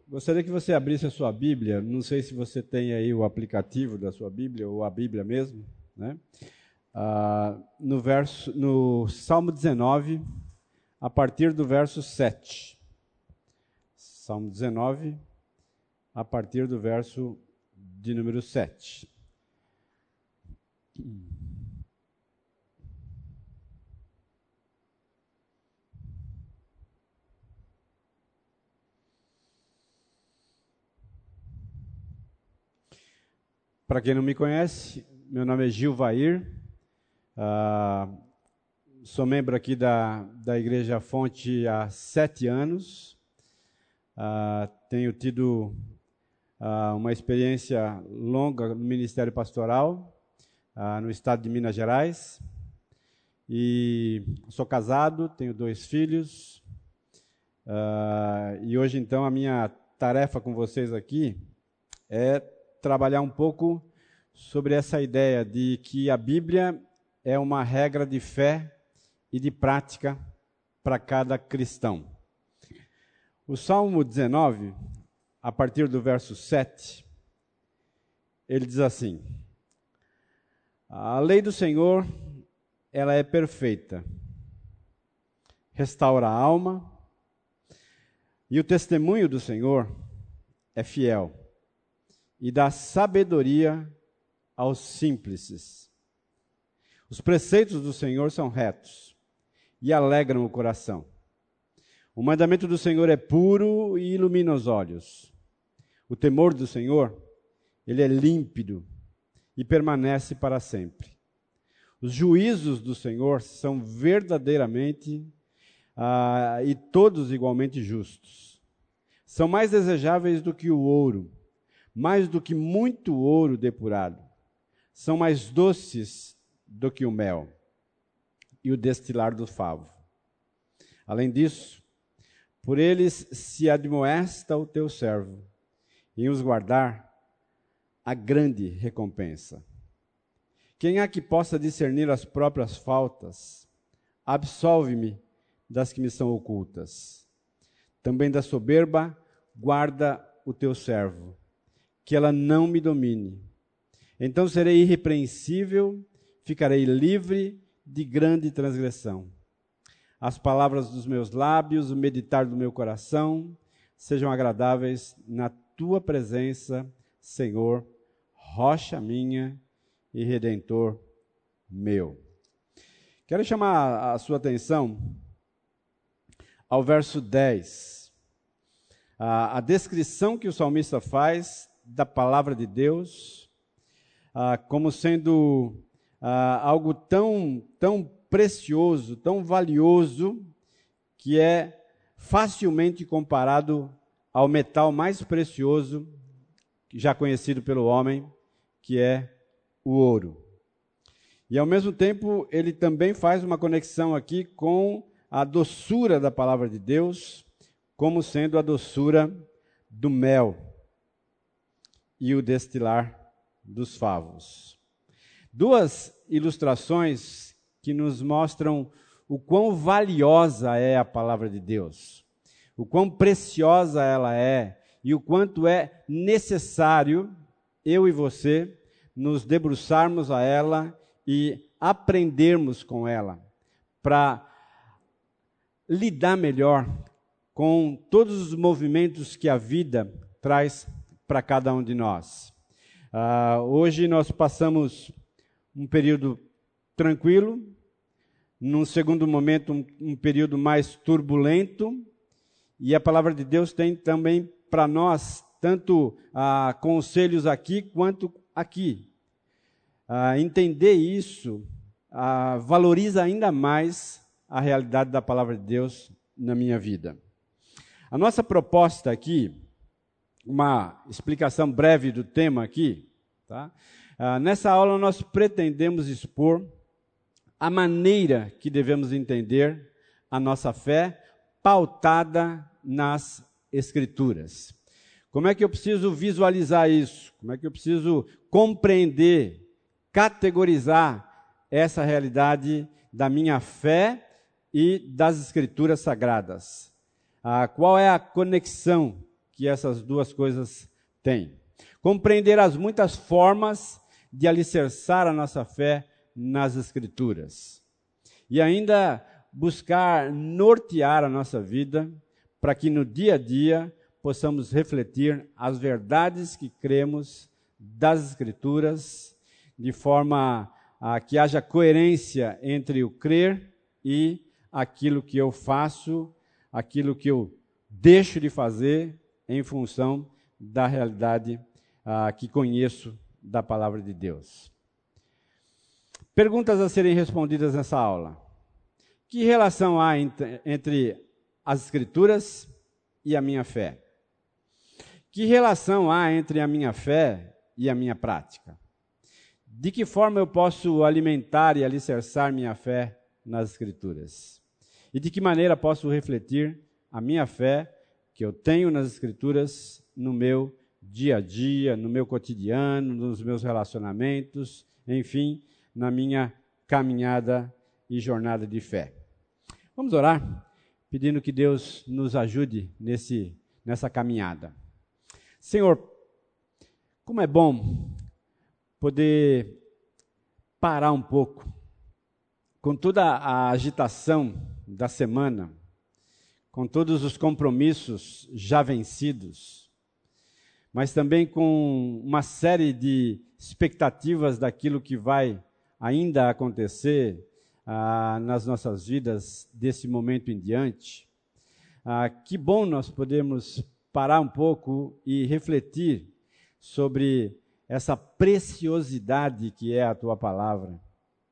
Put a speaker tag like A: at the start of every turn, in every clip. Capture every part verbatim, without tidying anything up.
A: Gostaria que você abrisse a sua Bíblia, não sei se você tem aí o aplicativo da sua Bíblia, ou a Bíblia mesmo, né? Ah, no, verso, no Salmo dezenove, a partir do verso sete. Salmo dezenove, a partir do verso de número sete. Para quem não me conhece, meu nome é Gil Vair, uh, sou membro aqui da, da Igreja Fonte há sete anos, uh, tenho tido uh, uma experiência longa no Ministério Pastoral, uh, no estado de Minas Gerais, e sou casado, tenho dois filhos, uh, e hoje então a minha tarefa com vocês aqui é trabalhar um pouco sobre essa ideia de que a Bíblia é uma regra de fé e de prática para cada cristão. O Salmo dezenove, a partir do verso sete, ele diz assim: a lei do Senhor, ela é perfeita, restaura a alma, e o testemunho do Senhor é fiel, e dá sabedoria aos simples. Os preceitos do Senhor são retos e alegram o coração. O mandamento do Senhor é puro e ilumina os olhos. O temor do Senhor, ele é límpido e permanece para sempre. Os juízos do Senhor são verdadeiramente ah, e todos igualmente justos. São mais desejáveis do que o ouro, mais do que muito ouro depurado. São mais doces do que o mel e o destilar do favo. Além disso, por eles se admoesta o teu servo, em os guardar a grande recompensa. Quem há que possa discernir as próprias faltas? Absolve-me das que me são ocultas. Também da soberba, guarda o teu servo, que ela não me domine. Então serei irrepreensível, ficarei livre de grande transgressão. As palavras dos meus lábios, o meditar do meu coração, sejam agradáveis na tua presença, Senhor, rocha minha e redentor meu. Quero chamar a sua atenção ao verso dez. A, a descrição que o salmista faz da palavra de Deus, Ah, como sendo ah, algo tão, tão precioso, tão valioso, que é facilmente comparado ao metal mais precioso já conhecido pelo homem, que é o ouro. E ao mesmo tempo, ele também faz uma conexão aqui com a doçura da palavra de Deus, como sendo a doçura do mel e o destilar dos favos. Duas ilustrações que nos mostram o quão valiosa é a palavra de Deus, o quão preciosa ela é e o quanto é necessário eu e você nos debruçarmos a ela e aprendermos com ela para lidar melhor com todos os movimentos que a vida traz para cada um de nós. Uh, hoje nós passamos um período tranquilo, num segundo momento um, um período mais turbulento, e a palavra de Deus tem também para nós tanto uh, conselhos aqui quanto aqui. Uh, entender isso uh, valoriza ainda mais a realidade da palavra de Deus na minha vida. A nossa proposta aqui, uma explicação breve do tema aqui, tá? Ah, nessa aula nós pretendemos expor a maneira que devemos entender a nossa fé pautada nas Escrituras. Como é que eu preciso visualizar isso? Como é que eu preciso compreender, categorizar essa realidade da minha fé e das Escrituras Sagradas? Ah, qual é a conexão que essas duas coisas têm. Compreender as muitas formas de alicerçar a nossa fé nas Escrituras. E ainda buscar nortear a nossa vida para que no dia a dia possamos refletir as verdades que cremos das Escrituras, de forma a que haja coerência entre o crer e aquilo que eu faço, aquilo que eu deixo de fazer em função da realidade ah, que conheço da palavra de Deus. Perguntas a serem respondidas nessa aula. Que relação há entre, entre as Escrituras e a minha fé? Que relação há entre a minha fé e a minha prática? De que forma eu posso alimentar e alicerçar minha fé nas Escrituras? E de que maneira posso refletir a minha fé que eu tenho nas Escrituras no meu dia a dia, no meu cotidiano, nos meus relacionamentos, enfim, na minha caminhada e jornada de fé. Vamos orar, pedindo que Deus nos ajude nesse, nessa caminhada. Senhor, como é bom poder parar um pouco com toda a agitação da semana, com todos os compromissos já vencidos, mas também com uma série de expectativas daquilo que vai ainda acontecer ah, nas nossas vidas desse momento em diante. Ah, que bom nós podemos parar um pouco e refletir sobre essa preciosidade que é a Tua palavra.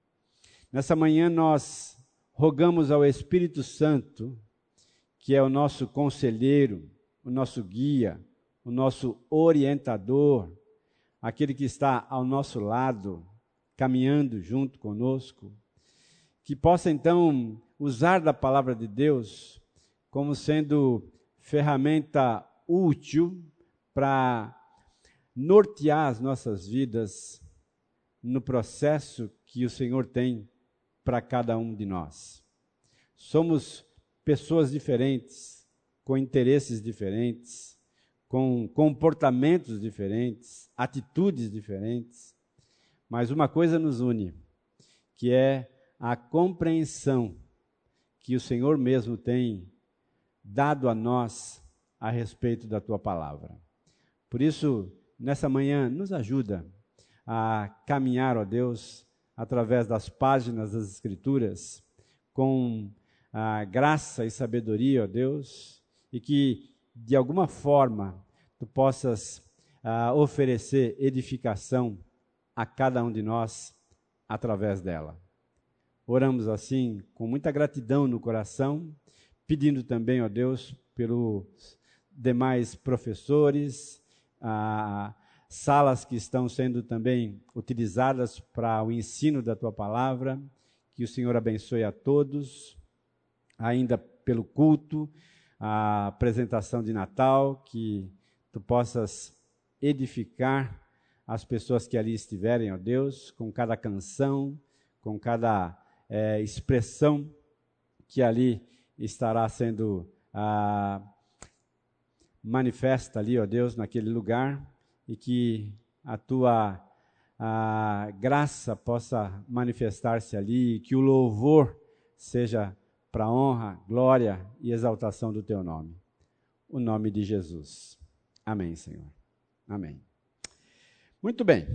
A: Nessa manhã nós rogamos ao Espírito Santo, que é o nosso conselheiro, o nosso guia, o nosso orientador, aquele que está ao nosso lado, caminhando junto conosco, que possa então usar da palavra de Deus como sendo ferramenta útil para nortear as nossas vidas no processo que o Senhor tem para cada um de nós. Somos pessoas diferentes, com interesses diferentes, com comportamentos diferentes, atitudes diferentes, mas uma coisa nos une, que é a compreensão que o Senhor mesmo tem dado a nós a respeito da Tua palavra. Por isso, nessa manhã, nos ajuda a caminhar, ó Deus, através das páginas das Escrituras, com a graça e sabedoria, ó Deus, e que, de alguma forma, Tu possas uh, oferecer edificação a cada um de nós através dela. Oramos assim, com muita gratidão no coração, pedindo também, ó Deus, pelos demais professores, uh, salas que estão sendo também utilizadas para o ensino da Tua palavra, que o Senhor abençoe a todos, ainda pelo culto, a apresentação de Natal, que Tu possas edificar as pessoas que ali estiverem, ó Deus, com cada canção, com cada é, expressão que ali estará sendo ah, manifesta ali, ó Deus, naquele lugar, e que a Tua a graça possa manifestar-se ali, e que o louvor seja para a honra, glória e exaltação do Teu nome. O nome de Jesus. Amém, Senhor. Amém. Muito bem.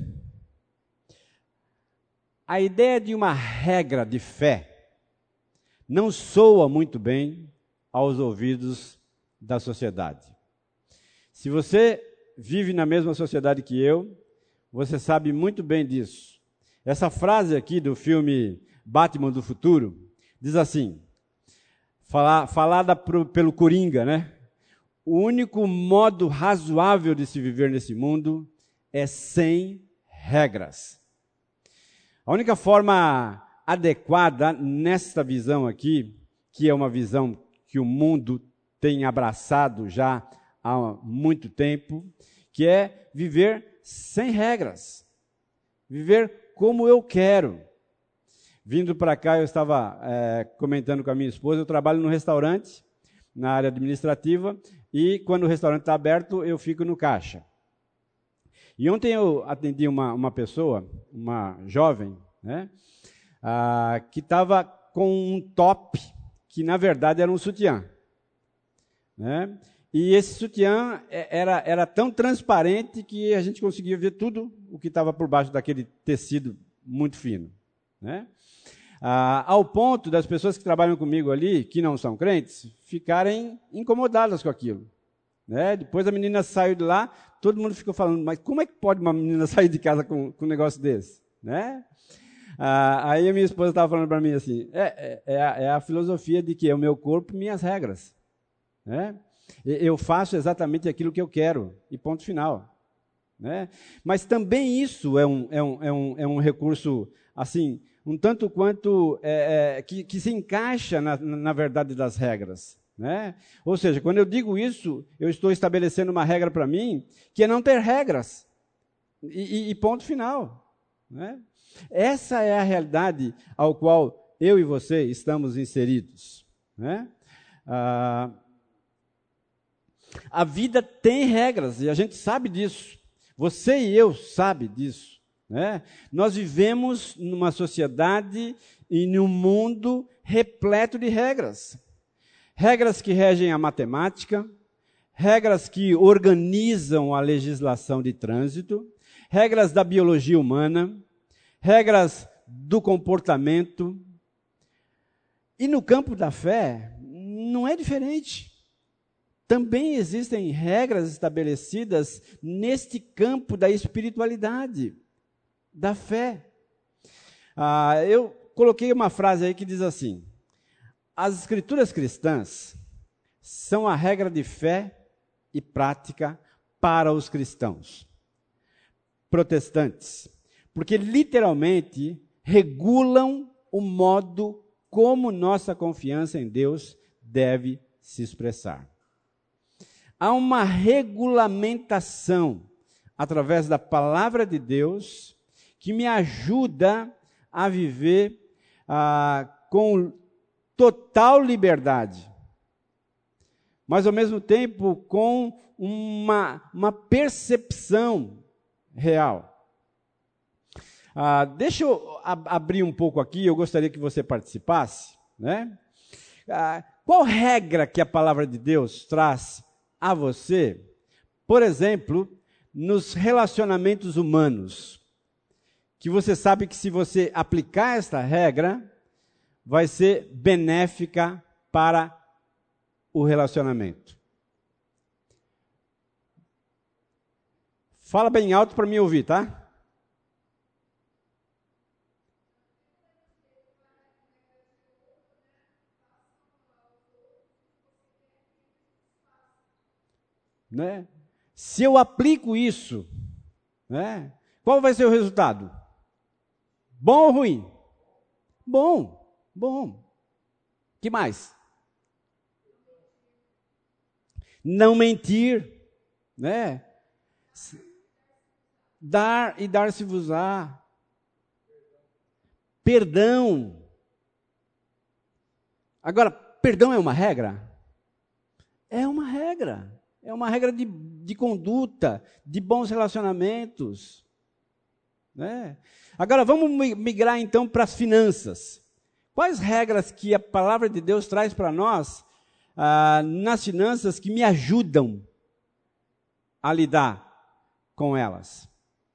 A: A ideia de uma regra de fé não soa muito bem aos ouvidos da sociedade. Se você vive na mesma sociedade que eu, você sabe muito bem disso. Essa frase aqui do filme Batman do Futuro diz assim, fala, falada pro, pelo Coringa, né? O único modo razoável de se viver nesse mundo é sem regras. A única forma adequada nessa visão aqui, que é uma visão que o mundo tem abraçado já há muito tempo, que é viver sem regras, viver como eu quero. Vindo para cá, eu estava é, comentando com a minha esposa, eu trabalho num restaurante, na área administrativa, e quando o restaurante está aberto, eu fico no caixa. E ontem eu atendi uma, uma pessoa, uma jovem, né, ah, que estava com um top, que na verdade era um sutiã. Né? E esse sutiã era, era tão transparente que a gente conseguia ver tudo o que estava por baixo daquele tecido muito fino. Né? Ah, ao ponto das pessoas que trabalham comigo ali, que não são crentes, ficarem incomodadas com aquilo. Né? Depois a menina saiu de lá, todo mundo ficou falando, mas como é que pode uma menina sair de casa com, com um negócio desse? Né? Ah, aí a minha esposa estava falando para mim assim, é, é, é, a, é a filosofia de que é o meu corpo, minhas regras. Né? Eu faço exatamente aquilo que eu quero, e ponto final. Né? Mas também isso é um, é um, é um, é um recurso, assim, um tanto quanto é, é, que, que se encaixa na, na verdade das regras. Né? Ou seja, quando eu digo isso, eu estou estabelecendo uma regra para mim, que é não ter regras, e, e ponto final. Né? Essa é a realidade ao qual eu e você estamos inseridos. Né? Ah, a vida tem regras, e a gente sabe disso. Você e eu sabe disso. Né? Nós vivemos numa sociedade e num mundo repleto de regras. Regras que regem a matemática, regras que organizam a legislação de trânsito, regras da biologia humana, regras do comportamento. E no campo da fé, não é diferente. Também existem regras estabelecidas neste campo da espiritualidade, da fé. Ah, eu coloquei uma frase aí que diz assim: as escrituras cristãs são a regra de fé e prática para os cristãos protestantes, porque literalmente regulam o modo como nossa confiança em Deus deve se expressar. Há uma regulamentação através da palavra de Deus que me ajuda a viver ah, com total liberdade, mas ao mesmo tempo com uma, uma percepção real. Ah, deixa eu ab- abrir um pouco aqui, eu gostaria que você participasse. Né? Ah, qual regra que a palavra de Deus traz a você, por exemplo, nos relacionamentos humanos, que você sabe que se você aplicar esta regra, vai ser benéfica para o relacionamento? Fala bem alto para me ouvir, tá? Né? Se eu aplico isso, né, qual vai ser o resultado? Bom ou ruim? Bom, bom. Que mais? Não mentir, né? Dar e dar-se-vos-á. Perdão. Agora, perdão é uma regra? É uma regra. É uma regra de, de conduta, de bons relacionamentos. Né? Agora, vamos migrar então para as finanças. Quais regras que a palavra de Deus traz para nós ah, nas finanças que me ajudam a lidar com elas?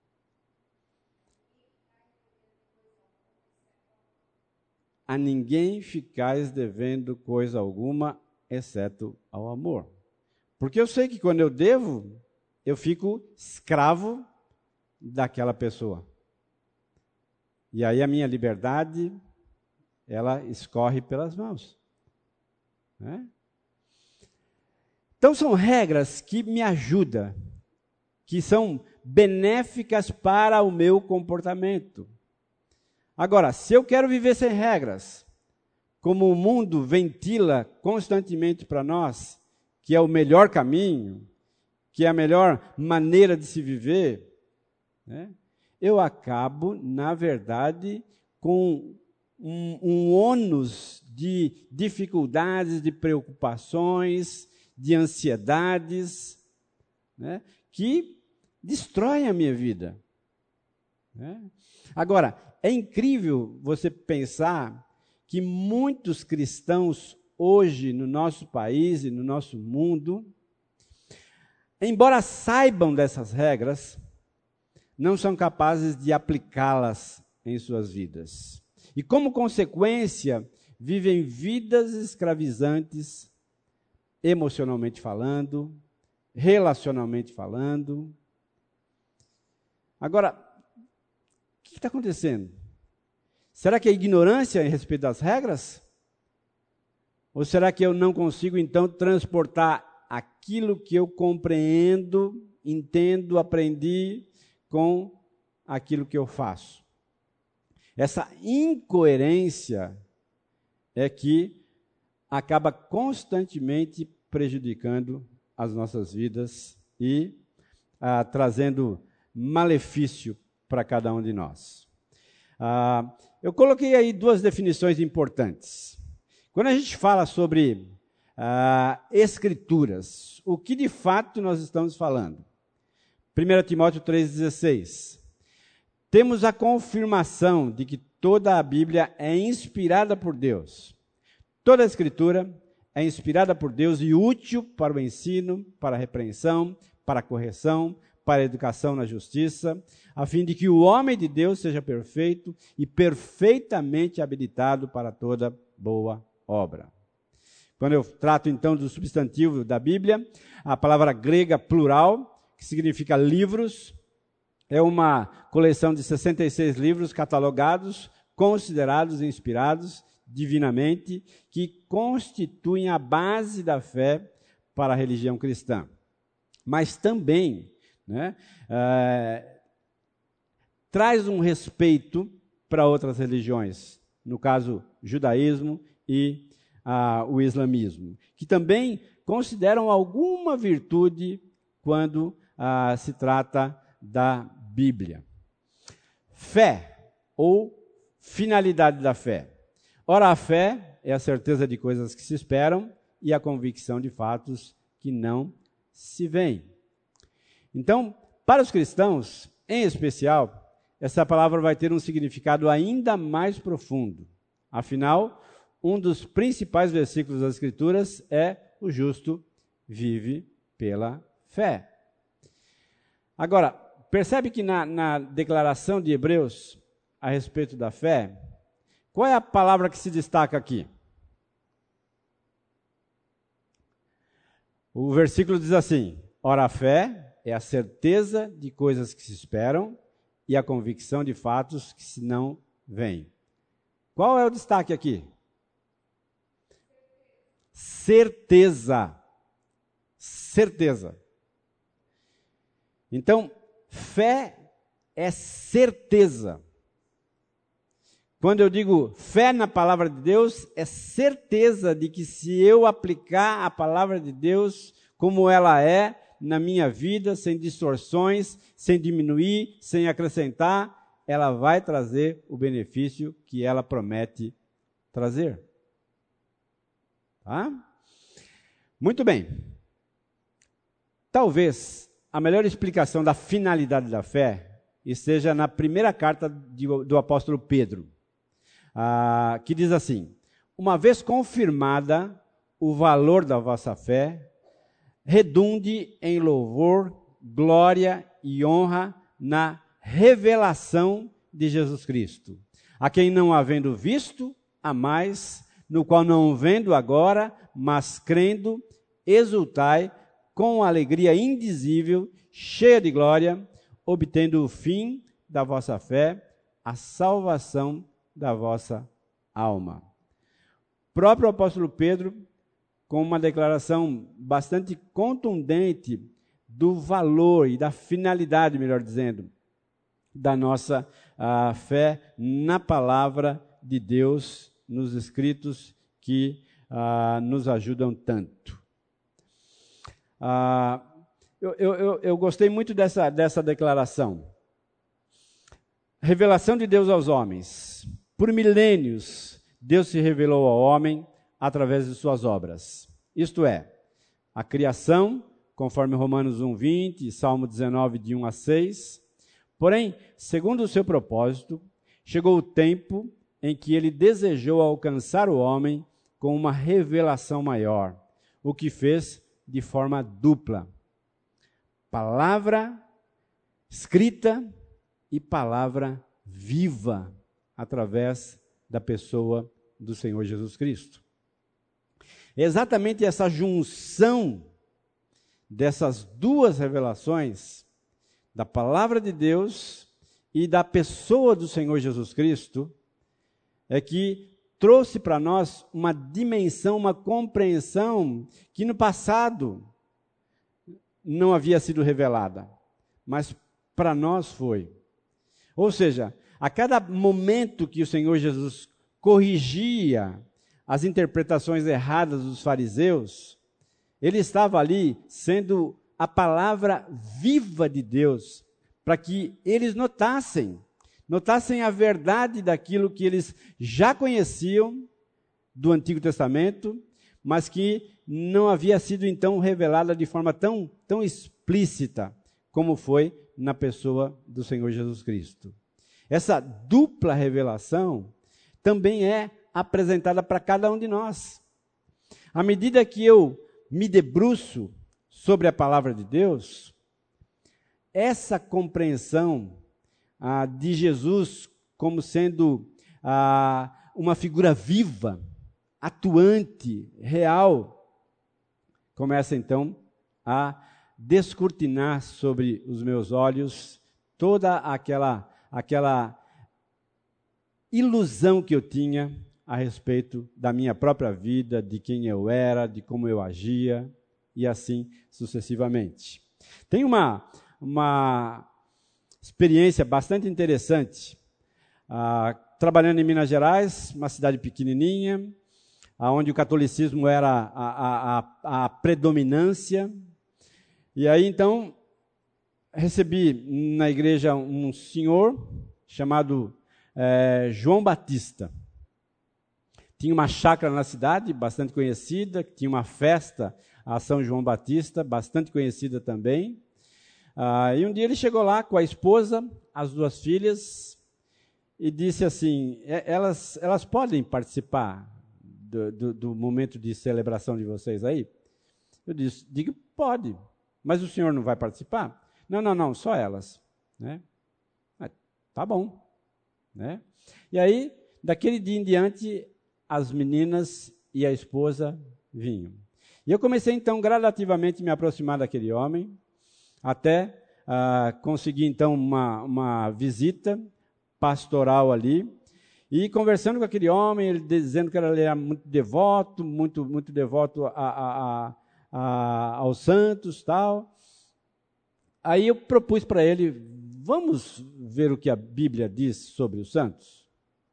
A: A ninguém ficais devendo coisa alguma, exceto ao amor. Porque eu sei que quando eu devo, eu fico escravo daquela pessoa. E aí a minha liberdade, ela escorre pelas mãos. Né? Então são regras que me ajudam, que são benéficas para o meu comportamento. Agora, se eu quero viver sem regras, como o mundo ventila constantemente para nós, que é o melhor caminho, que é a melhor maneira de se viver, né? Eu acabo, na verdade, com um, um ônus de dificuldades, de preocupações, de ansiedades, né, que destroem a minha vida. Né? Agora, é incrível você pensar que muitos cristãos hoje no nosso país e no nosso mundo, embora saibam dessas regras, não são capazes de aplicá-las em suas vidas. E como consequência, vivem vidas escravizantes, emocionalmente falando, relacionalmente falando. Agora, o que está acontecendo? Será que é ignorância em respeito das regras? Ou será que eu não consigo, então, transportar aquilo que eu compreendo, entendo, aprendi com aquilo que eu faço? Essa incoerência é que acaba constantemente prejudicando as nossas vidas e ah, trazendo malefício para cada um de nós. Ah, eu coloquei aí duas definições importantes. Quando a gente fala sobre ah, escrituras, o que de fato nós estamos falando? primeira Timóteo três dezesseis. Temos a confirmação de que toda a Bíblia é inspirada por Deus. Toda a Escritura é inspirada por Deus e útil para o ensino, para a repreensão, para a correção, para a educação na justiça, a fim de que o homem de Deus seja perfeito e perfeitamente habilitado para toda boa obra. Quando eu trato então do substantivo da Bíblia, a palavra grega plural, que significa livros, é uma coleção de sessenta e seis livros catalogados, considerados e inspirados divinamente, que constituem a base da fé para a religião cristã. Mas também, né, é, traz um respeito para outras religiões, no caso, judaísmo e ah, o islamismo, que também consideram alguma virtude quando ah, se trata da Bíblia. Fé, ou finalidade da fé. Ora, a fé é a certeza de coisas que se esperam e a convicção de fatos que não se veem. Então, para os cristãos, em especial, essa palavra vai ter um significado ainda mais profundo. Afinal, um dos principais versículos das Escrituras é: o justo vive pela fé. Agora, percebe que na, na declaração de Hebreus a respeito da fé, qual é a palavra que se destaca aqui? O versículo diz assim: ora, a fé é a certeza de coisas que se esperam e a convicção de fatos que se não veem. Qual é o destaque aqui? Certeza. Certeza. Então, fé é certeza. Quando eu digo fé na palavra de Deus, é certeza de que se eu aplicar a palavra de Deus como ela é na minha vida, sem distorções, sem diminuir, sem acrescentar, ela vai trazer o benefício que ela promete trazer. Tá? Muito bem. Talvez a melhor explicação da finalidade da fé esteja na primeira carta de, do apóstolo Pedro, ah, que diz assim: uma vez confirmada o valor da vossa fé, redunde em louvor, glória e honra na revelação de Jesus Cristo, a quem não havendo visto, a mais, no qual não vendo agora, mas crendo, exultai com alegria indizível, cheia de glória, obtendo o fim da vossa fé, a salvação da vossa alma. O próprio apóstolo Pedro, com uma declaração bastante contundente do valor e da finalidade, melhor dizendo, da nossa uh, fé na palavra de Deus, nos escritos que uh, nos ajudam tanto. Uh, eu, eu, eu gostei muito dessa, dessa declaração. Revelação de Deus aos homens. Por milênios, Deus se revelou ao homem através de suas obras. Isto é, a criação, conforme Romanos um, vinte, Salmo dezenove, de um a seis. Porém, segundo o seu propósito, chegou o tempo em que ele desejou alcançar o homem com uma revelação maior, o que fez de forma dupla. Palavra escrita e palavra viva, através da pessoa do Senhor Jesus Cristo. Exatamente essa junção dessas duas revelações, da palavra de Deus e da pessoa do Senhor Jesus Cristo, é que trouxe para nós uma dimensão, uma compreensão que no passado não havia sido revelada, mas para nós foi. Ou seja, a cada momento que o Senhor Jesus corrigia as interpretações erradas dos fariseus, ele estava ali sendo a palavra viva de Deus, para que eles notassem, notassem a verdade daquilo que eles já conheciam do Antigo Testamento, mas que não havia sido então revelada de forma tão, tão explícita como foi na pessoa do Senhor Jesus Cristo. Essa dupla revelação também é apresentada para cada um de nós. À medida que eu me debruço sobre a palavra de Deus, essa compreensão ah, de Jesus como sendo ah, uma figura viva, atuante, real, começa então a descortinar sobre os meus olhos toda aquela, aquela ilusão que eu tinha a respeito da minha própria vida, de quem eu era, de como eu agia, e assim sucessivamente. Tem uma, uma experiência bastante interessante. Ah, trabalhando em Minas Gerais, uma cidade pequenininha, onde o catolicismo era a, a, a, a predominância. E aí, então, recebi na igreja um senhor chamado é, João Batista. Tinha uma chácara na cidade, bastante conhecida, tinha uma festa a São João Batista, bastante conhecida também. Ah, e um dia ele chegou lá com a esposa, as duas filhas, e disse assim, elas, elas podem participar do, do, do momento de celebração de vocês aí? Eu disse, digo, pode, mas o senhor não vai participar? Não, não, não, só elas. Né? Ah, tá bom. Né? E aí, daquele dia em diante, as meninas e a esposa vinham. E eu comecei, então, gradativamente me aproximar daquele homem, até ah, conseguir, então, uma, uma visita pastoral ali, e conversando com aquele homem, ele dizendo que ele era muito devoto, muito, muito devoto a, a, a, a, aos santos, tal. Aí eu propus para ele, vamos ver o que a Bíblia diz sobre os santos?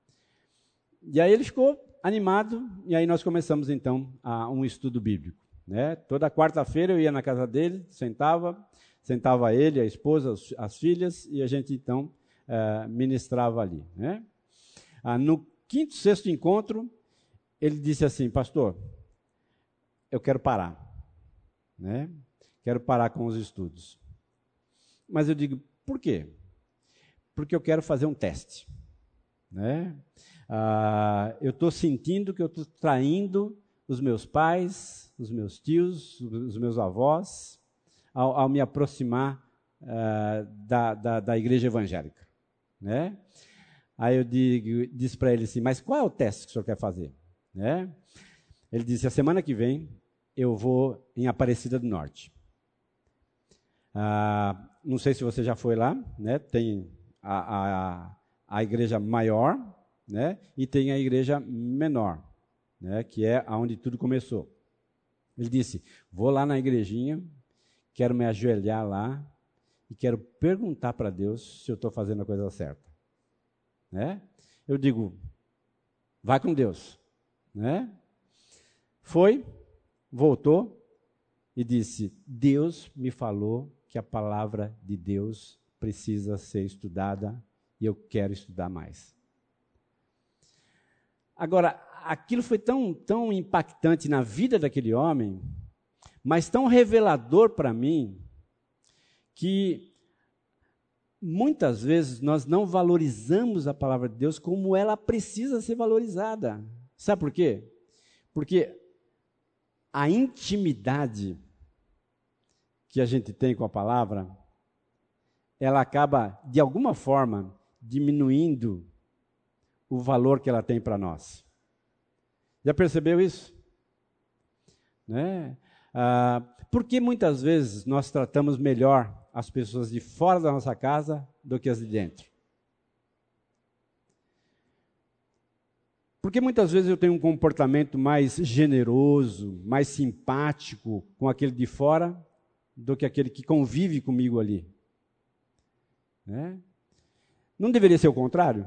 A: E aí ele ficou animado, e aí nós começamos, então, a, um estudo bíblico. Né? Toda quarta-feira eu ia na casa dele, sentava, sentava ele, a esposa, as, as filhas, e a gente, então, uh, ministrava ali. Né? Ah, no quinto, sexto encontro, ele disse assim, pastor, eu quero parar. Né? Quero parar com os estudos. Mas eu digo, por quê? Porque eu quero fazer um teste. Né? Ah, eu estou sentindo que eu estou traindo os meus pais, os meus tios, os meus avós, ao, ao me aproximar ah, da, da, da igreja evangélica. Né? Aí eu digo, disse para ele assim, mas qual é o teste que o senhor quer fazer? Né? Ele disse, a semana que vem eu vou em Aparecida do Norte. Ah, não sei se você já foi lá, né? Tem a, a, a igreja maior, né? E tem a igreja menor, né? Que é onde tudo começou. Ele disse, vou lá na igrejinha, quero me ajoelhar lá e quero perguntar para Deus se eu estou fazendo a coisa certa. Né? Eu digo, vai com Deus. Né? Foi, voltou e disse, Deus me falou que a palavra de Deus precisa ser estudada e eu quero estudar mais. Agora, aquilo foi tão, tão impactante na vida daquele homem, mas tão revelador para mim, que muitas vezes nós não valorizamos a palavra de Deus como ela precisa ser valorizada. Sabe por quê? Porque a intimidade que a gente tem com a palavra, ela acaba, de alguma forma, diminuindo o valor que ela tem para nós. Já percebeu isso? Né? Ah, porque muitas vezes nós tratamos melhor as pessoas de fora da nossa casa do que as de dentro? Porque muitas vezes eu tenho um comportamento mais generoso, mais simpático com aquele de fora do que aquele que convive comigo ali. Né? Não deveria ser o contrário?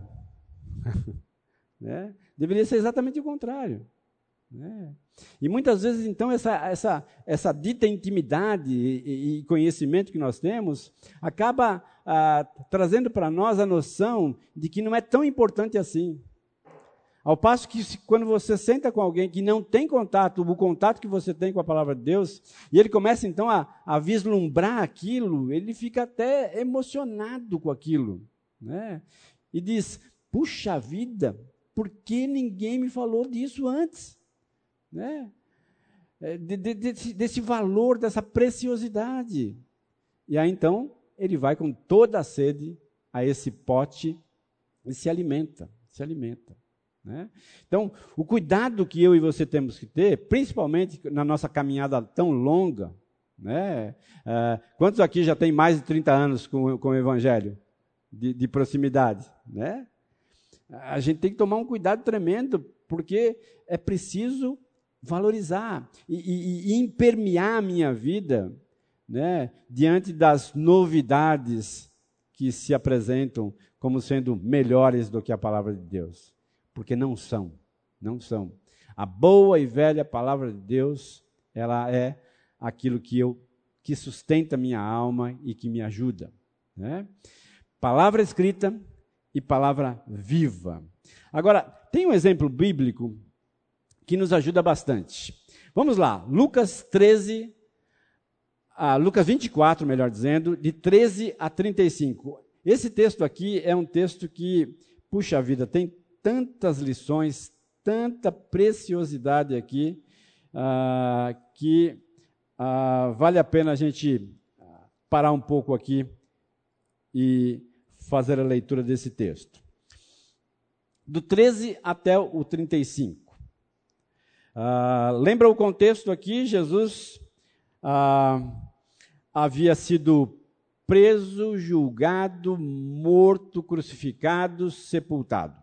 A: Né? Deveria ser exatamente o contrário. Né? E muitas vezes, então, essa, essa, essa dita intimidade e, e conhecimento que nós temos acaba ah, trazendo para nós a noção de que não é tão importante assim. Ao passo que se, quando você senta com alguém que não tem contato, o contato que você tem com a palavra de Deus, e ele começa então a, a vislumbrar aquilo, ele fica até emocionado com aquilo. Né? E diz, puxa vida, por que ninguém me falou disso antes? Né? De, de, desse, desse valor, dessa preciosidade. E aí então, ele vai com toda a sede a esse pote e se alimenta, se alimenta. Né? Então, o cuidado que eu e você temos que ter, principalmente na nossa caminhada tão longa, né? Uh, quantos aqui já tem mais de trinta anos com, com o Evangelho de, de proximidade? Né? A gente tem que tomar um cuidado tremendo, porque é preciso valorizar e, e, e impermear a minha vida, né, diante das novidades que se apresentam como sendo melhores do que a palavra de Deus. Porque não são, não são. A boa e velha palavra de Deus, ela é aquilo que, eu, que sustenta minha alma e que me ajuda. Né? Palavra escrita e palavra viva. Agora, tem um exemplo bíblico que nos ajuda bastante. Vamos lá, Lucas treze, ah, Lucas vinte e quatro, melhor dizendo, de treze a trinta e cinco. Esse texto aqui é um texto que, puxa vida, tem tantas lições, tanta preciosidade aqui, ah, que ah, vale a pena a gente parar um pouco aqui e fazer a leitura desse texto. Do treze até o trinta e cinco. Ah, lembra o contexto aqui? Jesus ah, havia sido preso, julgado, morto, crucificado, sepultado.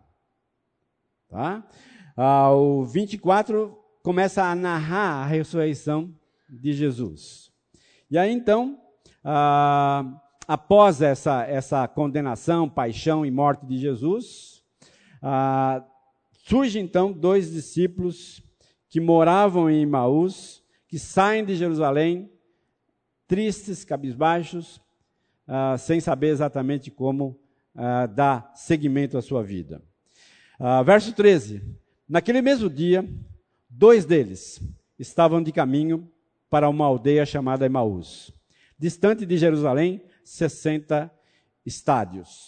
A: Tá? Ah, o vinte e quatro começa a narrar a ressurreição de Jesus. E aí então, ah, após essa, essa condenação, paixão e morte de Jesus, ah, surge então dois discípulos que moravam em Emaús, que saem de Jerusalém, tristes, cabisbaixos, ah, sem saber exatamente como ah, dar seguimento à sua vida. Ah, verso treze. Naquele mesmo dia, dois deles estavam de caminho para uma aldeia chamada Emaús, distante de Jerusalém, sessenta estádios.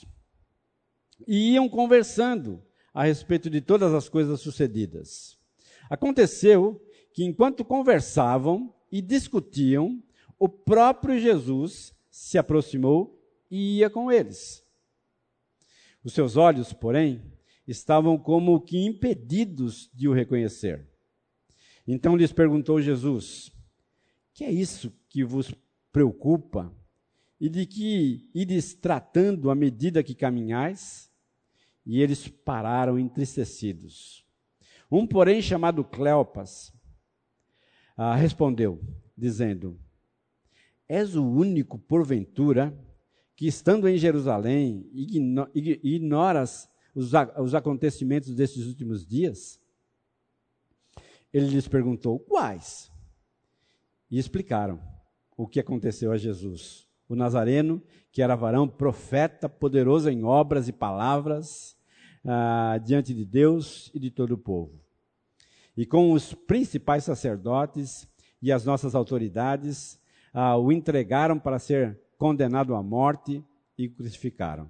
A: E iam conversando a respeito de todas as coisas sucedidas. Aconteceu que, enquanto conversavam e discutiam, o próprio Jesus se aproximou e ia com eles. Os seus olhos, porém, estavam como que impedidos de o reconhecer. Então lhes perguntou Jesus, que é isso que vos preocupa? E de que ides tratando à medida que caminhais? E eles pararam entristecidos. Um, porém, chamado Cleopas, ah, respondeu, dizendo, és o único, porventura, que estando em Jerusalém, igno- ignoras os, os acontecimentos desses últimos dias? Ele lhes perguntou, quais? E explicaram o que aconteceu a Jesus, o Nazareno, que era varão, profeta, poderoso em obras e palavras, ah, diante de Deus e de todo o povo. E com os principais sacerdotes, e as nossas autoridades ah, o entregaram para ser condenado à morte e crucificaram.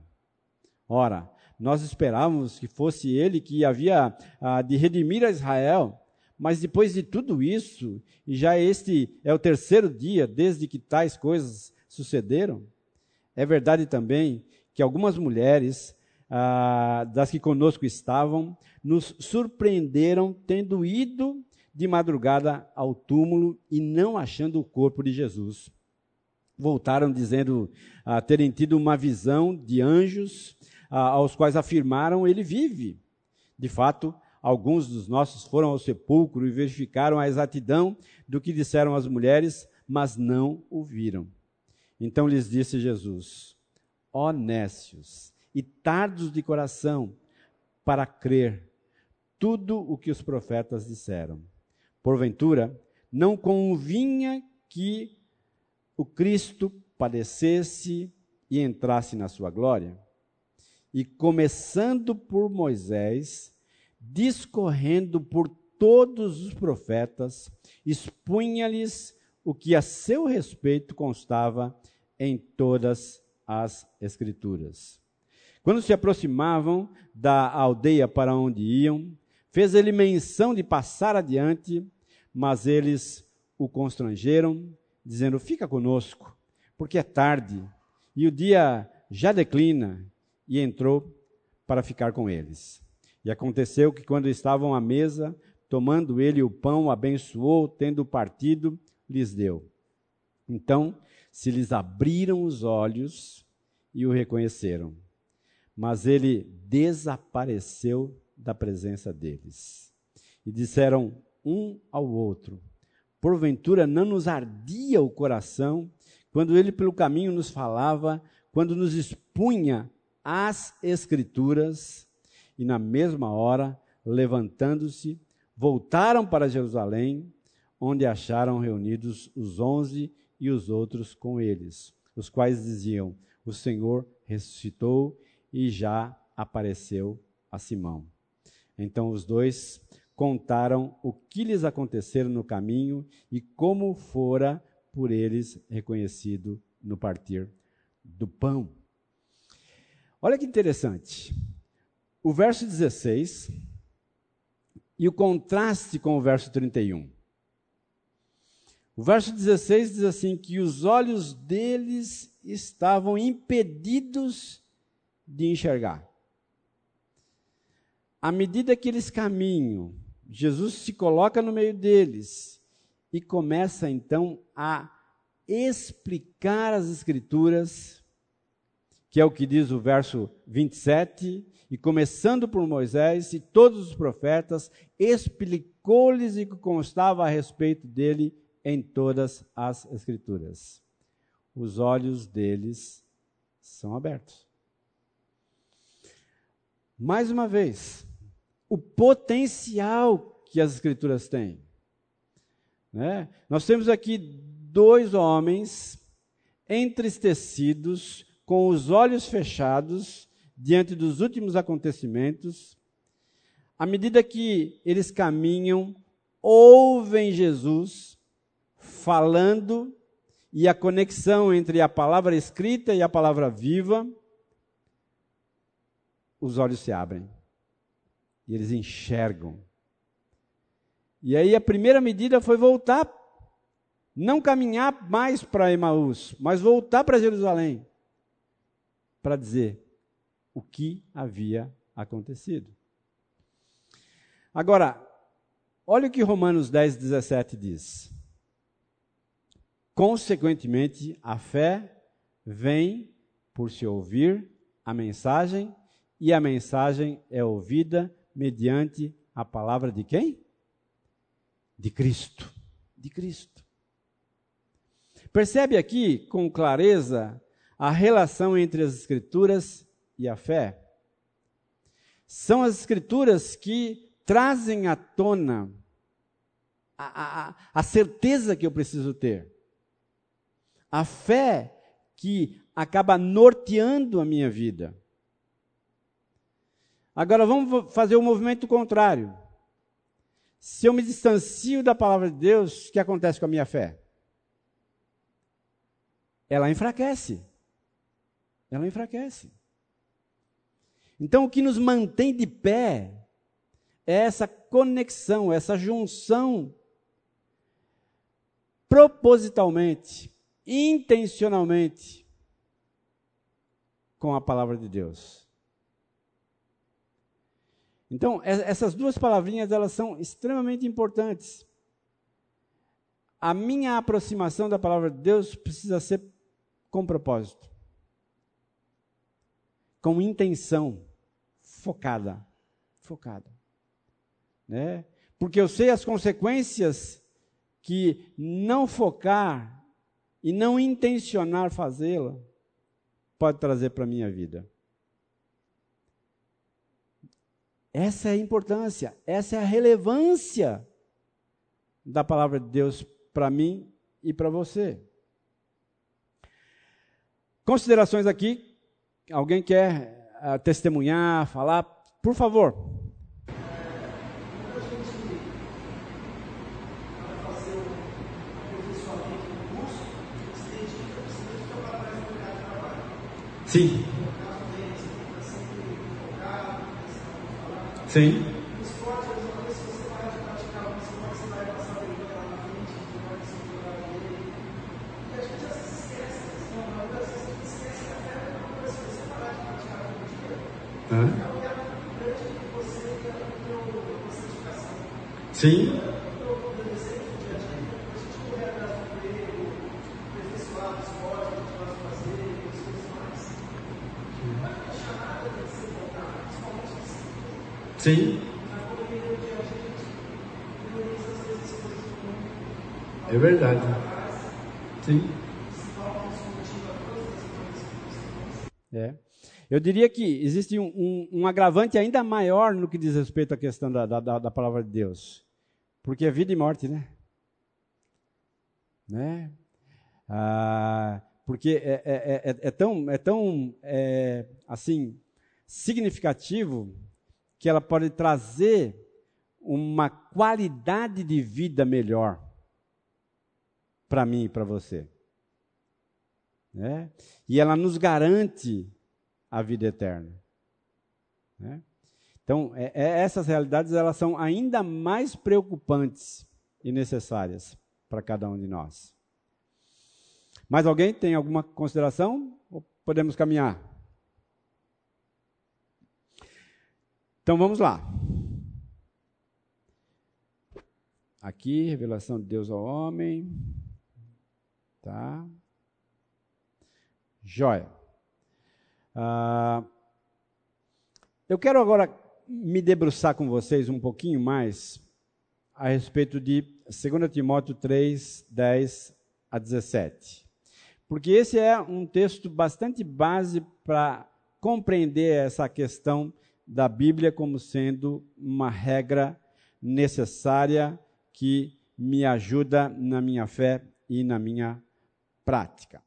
A: Ora, nós esperávamos que fosse ele que havia ah, de redimir a Israel, mas depois de tudo isso, e já este é o terceiro dia desde que tais coisas sucederam, é verdade também que algumas mulheres, ah, das que conosco estavam, nos surpreenderam tendo ido de madrugada ao túmulo e não achando o corpo de Jesus. Voltaram dizendo ah, terem tido uma visão de anjos, ah, aos quais afirmaram: ele vive. De fato, alguns dos nossos foram ao sepulcro e verificaram a exatidão do que disseram as mulheres, mas não o viram. Então lhes disse Jesus: ó nécios e tardos de coração, para crer tudo o que os profetas disseram. Porventura, não convinha que o Cristo padecesse e entrasse na sua glória? E começando por Moisés, discorrendo por todos os profetas, expunha-lhes o que a seu respeito constava em todas as Escrituras. Quando se aproximavam da aldeia para onde iam, fez ele menção de passar adiante, mas eles o constrangeram, dizendo: fica conosco, porque é tarde, e o dia já declina, e entrou para ficar com eles. E aconteceu que, quando estavam à mesa, tomando ele o pão, abençoou, tendo partido, lhes deu. Então se lhes abriram os olhos e o reconheceram, mas ele desapareceu da presença deles. E disseram um ao outro: porventura não nos ardia o coração quando ele pelo caminho nos falava, quando nos expunha as Escrituras? E na mesma hora, levantando-se, voltaram para Jerusalém, onde acharam reunidos os onze e os outros com eles, os quais diziam: o Senhor ressuscitou e já apareceu a Simão. Então os dois contaram o que lhes acontecera no caminho e como fora por eles reconhecido no partir do pão. Olha que interessante. O verso dezesseis e o contraste com o verso trinta e um. O verso dezesseis diz assim, que os olhos deles estavam impedidos de enxergar. À medida que eles caminham, Jesus se coloca no meio deles e começa então a explicar as Escrituras, que é o que diz o verso vinte e sete, e começando por Moisés e todos os profetas, explicou-lhes o que constava a respeito dele em todas as Escrituras. Os olhos deles são abertos. Mais uma vez, o potencial que as Escrituras têm. Né? Nós temos aqui dois homens entristecidos, com os olhos fechados, diante dos últimos acontecimentos. À medida que eles caminham, ouvem Jesus falando, e a conexão entre a palavra escrita e a palavra viva, os olhos se abrem e eles enxergam. E aí a primeira medida foi voltar, não caminhar mais para Emaús, mas voltar para Jerusalém, para dizer o que havia acontecido. Agora, olha o que Romanos dez, dezessete diz. Consequentemente, a fé vem por se ouvir a mensagem, e a mensagem é ouvida mediante a palavra de quem? De Cristo. De Cristo. Percebe aqui com clareza a relação entre as Escrituras e a fé? São as Escrituras que trazem à tona a, a, a certeza que eu preciso ter. A fé que acaba norteando a minha vida. Agora vamos fazer o movimento contrário. se eu me distancio da palavra de Deus, o que acontece com a minha fé? Ela enfraquece. Ela enfraquece. Então, o que nos mantém de pé é essa conexão, essa junção, propositalmente, intencionalmente, com a palavra de Deus. Então, essas duas palavrinhas, elas são extremamente importantes. A minha aproximação da palavra de Deus precisa ser com propósito, com intenção, focada, focada, né? Porque eu sei as consequências que não focar e não intencionar fazê-la pode trazer para a minha vida. Essa é a importância, essa é a relevância da palavra de Deus para mim e para você. Considerações aqui. Alguém quer uh, testemunhar, falar? Por favor. Sim. Sim. Hã? Sim. Sim. É verdade. Sim. É. Eu diria que existe um, um, um agravante ainda maior no que diz respeito à questão da, da, da palavra de Deus. Porque é vida e morte, né? né? Ah, porque é, é, é, é tão, é tão é, assim, significativo que ela pode trazer uma qualidade de vida melhor para mim e para você. Né? E ela nos garante a vida eterna. Né? Então, é, é, essas realidades elas são ainda mais preocupantes e necessárias para cada um de nós. Mais alguém tem alguma consideração? Ou podemos caminhar? Então, vamos lá. Aqui, revelação de Deus ao homem. Tá. Joia. Ah, eu quero agora me debruçar com vocês um pouquinho mais a respeito de dois Timóteo três, dez a dezessete. Porque esse é um texto bastante base para compreender essa questão da Bíblia como sendo uma regra necessária que me ajuda na minha fé e na minha prática.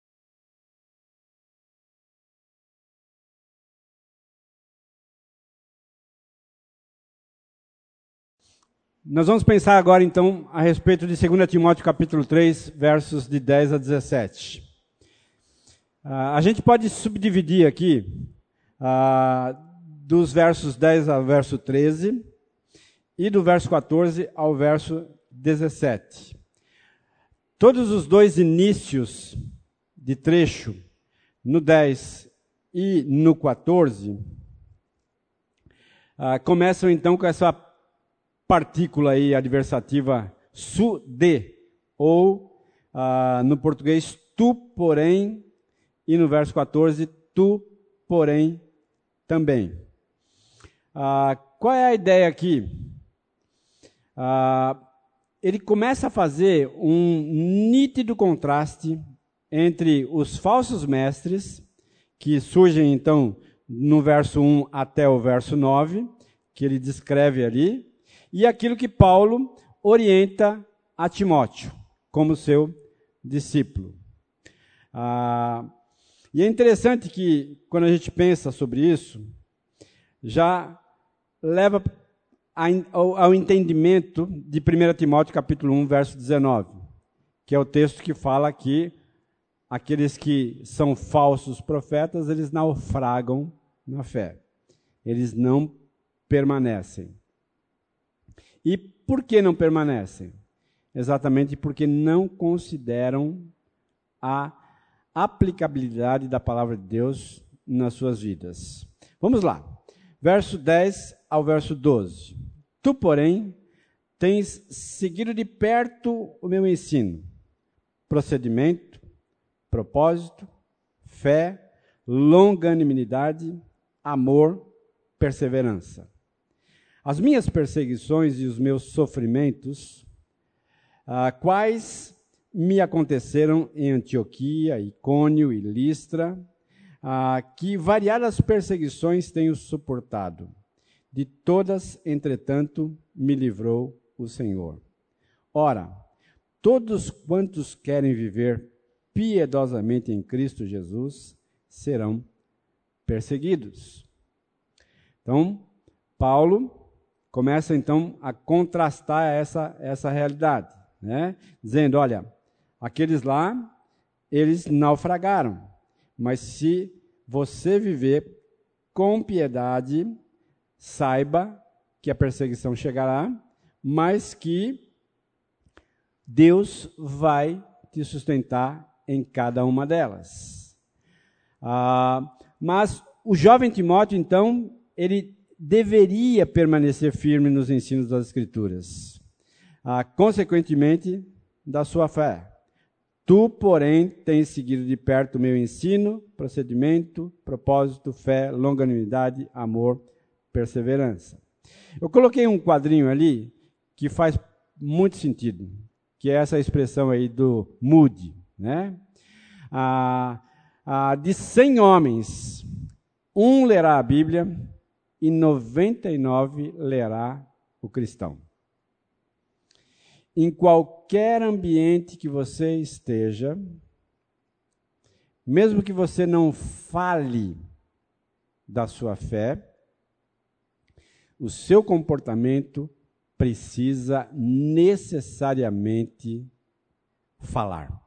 A: Nós vamos pensar agora, então, a respeito de dois Timóteo capítulo três, versos de dez a dezessete. Uh, a gente pode subdividir aqui uh, dos versos dez ao verso treze e do verso quatorze ao verso dezessete. Todos os dois inícios de trecho, no dez e no quatorze, uh, começam então com essa partícula aí adversativa su, de, ou ah, no português tu, porém, e no verso quatorze, tu, porém, também. Ah, qual é a ideia aqui? Ah, ele começa a fazer um nítido contraste entre os falsos mestres, que surgem então no verso um até o verso nove, que ele descreve ali, e aquilo que Paulo orienta a Timóteo, como seu discípulo. Ah, e é interessante que, quando a gente pensa sobre isso, já leva ao, ao entendimento de primeira Timóteo capítulo um, verso dezenove, que é o texto que fala que aqueles que são falsos profetas, eles naufragam na fé. Eles não permanecem. E por que não permanecem? Exatamente porque não consideram a aplicabilidade da palavra de Deus nas suas vidas. Vamos lá. Verso dez ao verso doze. Tu, porém, tens seguido de perto o meu ensino, procedimento, propósito, fé, longanimidade, amor, perseverança. As minhas perseguições e os meus sofrimentos, ah, quais me aconteceram em Antioquia, Icônio e Listra, ah, que variadas perseguições tenho suportado. De todas, entretanto, me livrou o Senhor. Ora, todos quantos querem viver piedosamente em Cristo Jesus serão perseguidos. Então, Paulo começa então a contrastar essa, essa realidade, né? Dizendo, olha, aqueles lá, eles naufragaram, mas se você viver com piedade, saiba que a perseguição chegará, mas que Deus vai te sustentar em cada uma delas. Ah, mas o jovem Timóteo, então, ele deveria permanecer firme nos ensinos das Escrituras, ah, consequentemente, da sua fé. Tu, porém, tens seguido de perto o meu ensino, procedimento, propósito, fé, longanimidade, amor, perseverança. Eu coloquei um quadrinho ali que faz muito sentido, que é essa expressão aí do Moody, né? Ah, ah, de cem homens, um lerá a Bíblia e noventa e nove lerá o cristão. Em qualquer ambiente que você esteja, mesmo que você não fale da sua fé, o seu comportamento precisa necessariamente falar.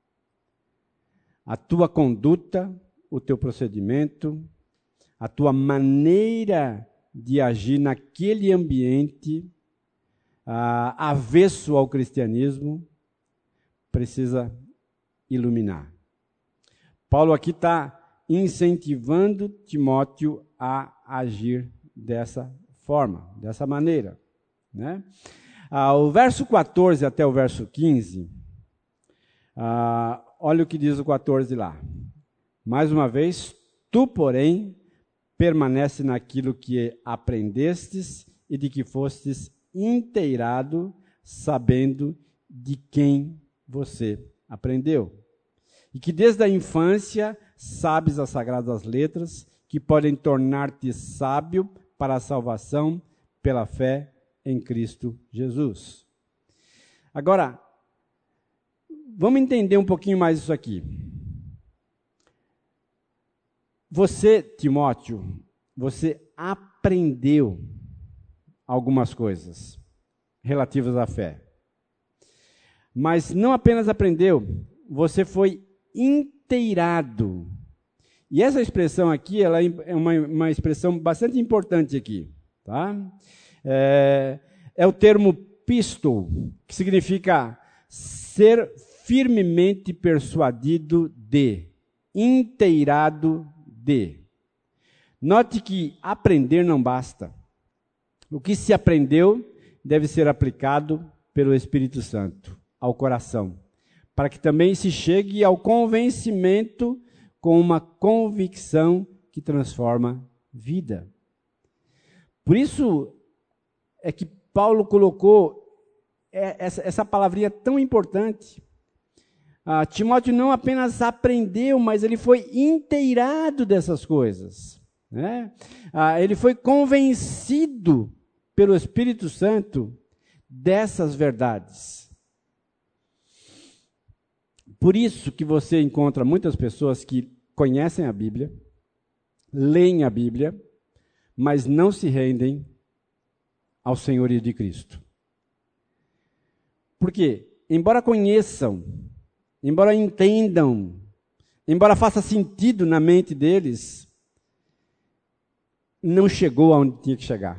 A: A tua conduta, o teu procedimento, a tua maneira de agir naquele ambiente ah, avesso ao cristianismo, precisa iluminar. Paulo aqui está incentivando Timóteo a agir dessa forma, dessa maneira, né? Ah, o verso quatorze até o verso quinze, ah, olha o que diz o quatorze lá. Mais uma vez, tu, porém, permanece naquilo que aprendestes e de que fostes inteirado, sabendo de quem você aprendeu. E que desde a infância sabes as sagradas letras, que podem tornar-te sábio para a salvação pela fé em Cristo Jesus. Agora, vamos entender um pouquinho mais isso aqui. Você, Timóteo, você aprendeu algumas coisas relativas à fé. Mas não apenas aprendeu, você foi inteirado. E essa expressão aqui, ela é uma, uma expressão bastante importante aqui, tá? É, é o termo pisto, que significa ser firmemente persuadido de, inteirado de. Note que aprender não basta. O que se aprendeu deve ser aplicado pelo Espírito Santo ao coração, para que também se chegue ao convencimento com uma convicção que transforma vida. Por isso é que Paulo colocou essa, essa palavrinha tão importante. Ah, Timóteo não apenas aprendeu, mas ele foi inteirado dessas coisas, né? Ah, ele foi convencido pelo Espírito Santo dessas verdades. Por isso que você encontra muitas pessoas que conhecem a Bíblia, leem a Bíblia, mas não se rendem ao senhorio de Cristo. Porque, embora conheçam, embora entendam, embora faça sentido na mente deles, não chegou aonde tinha que chegar.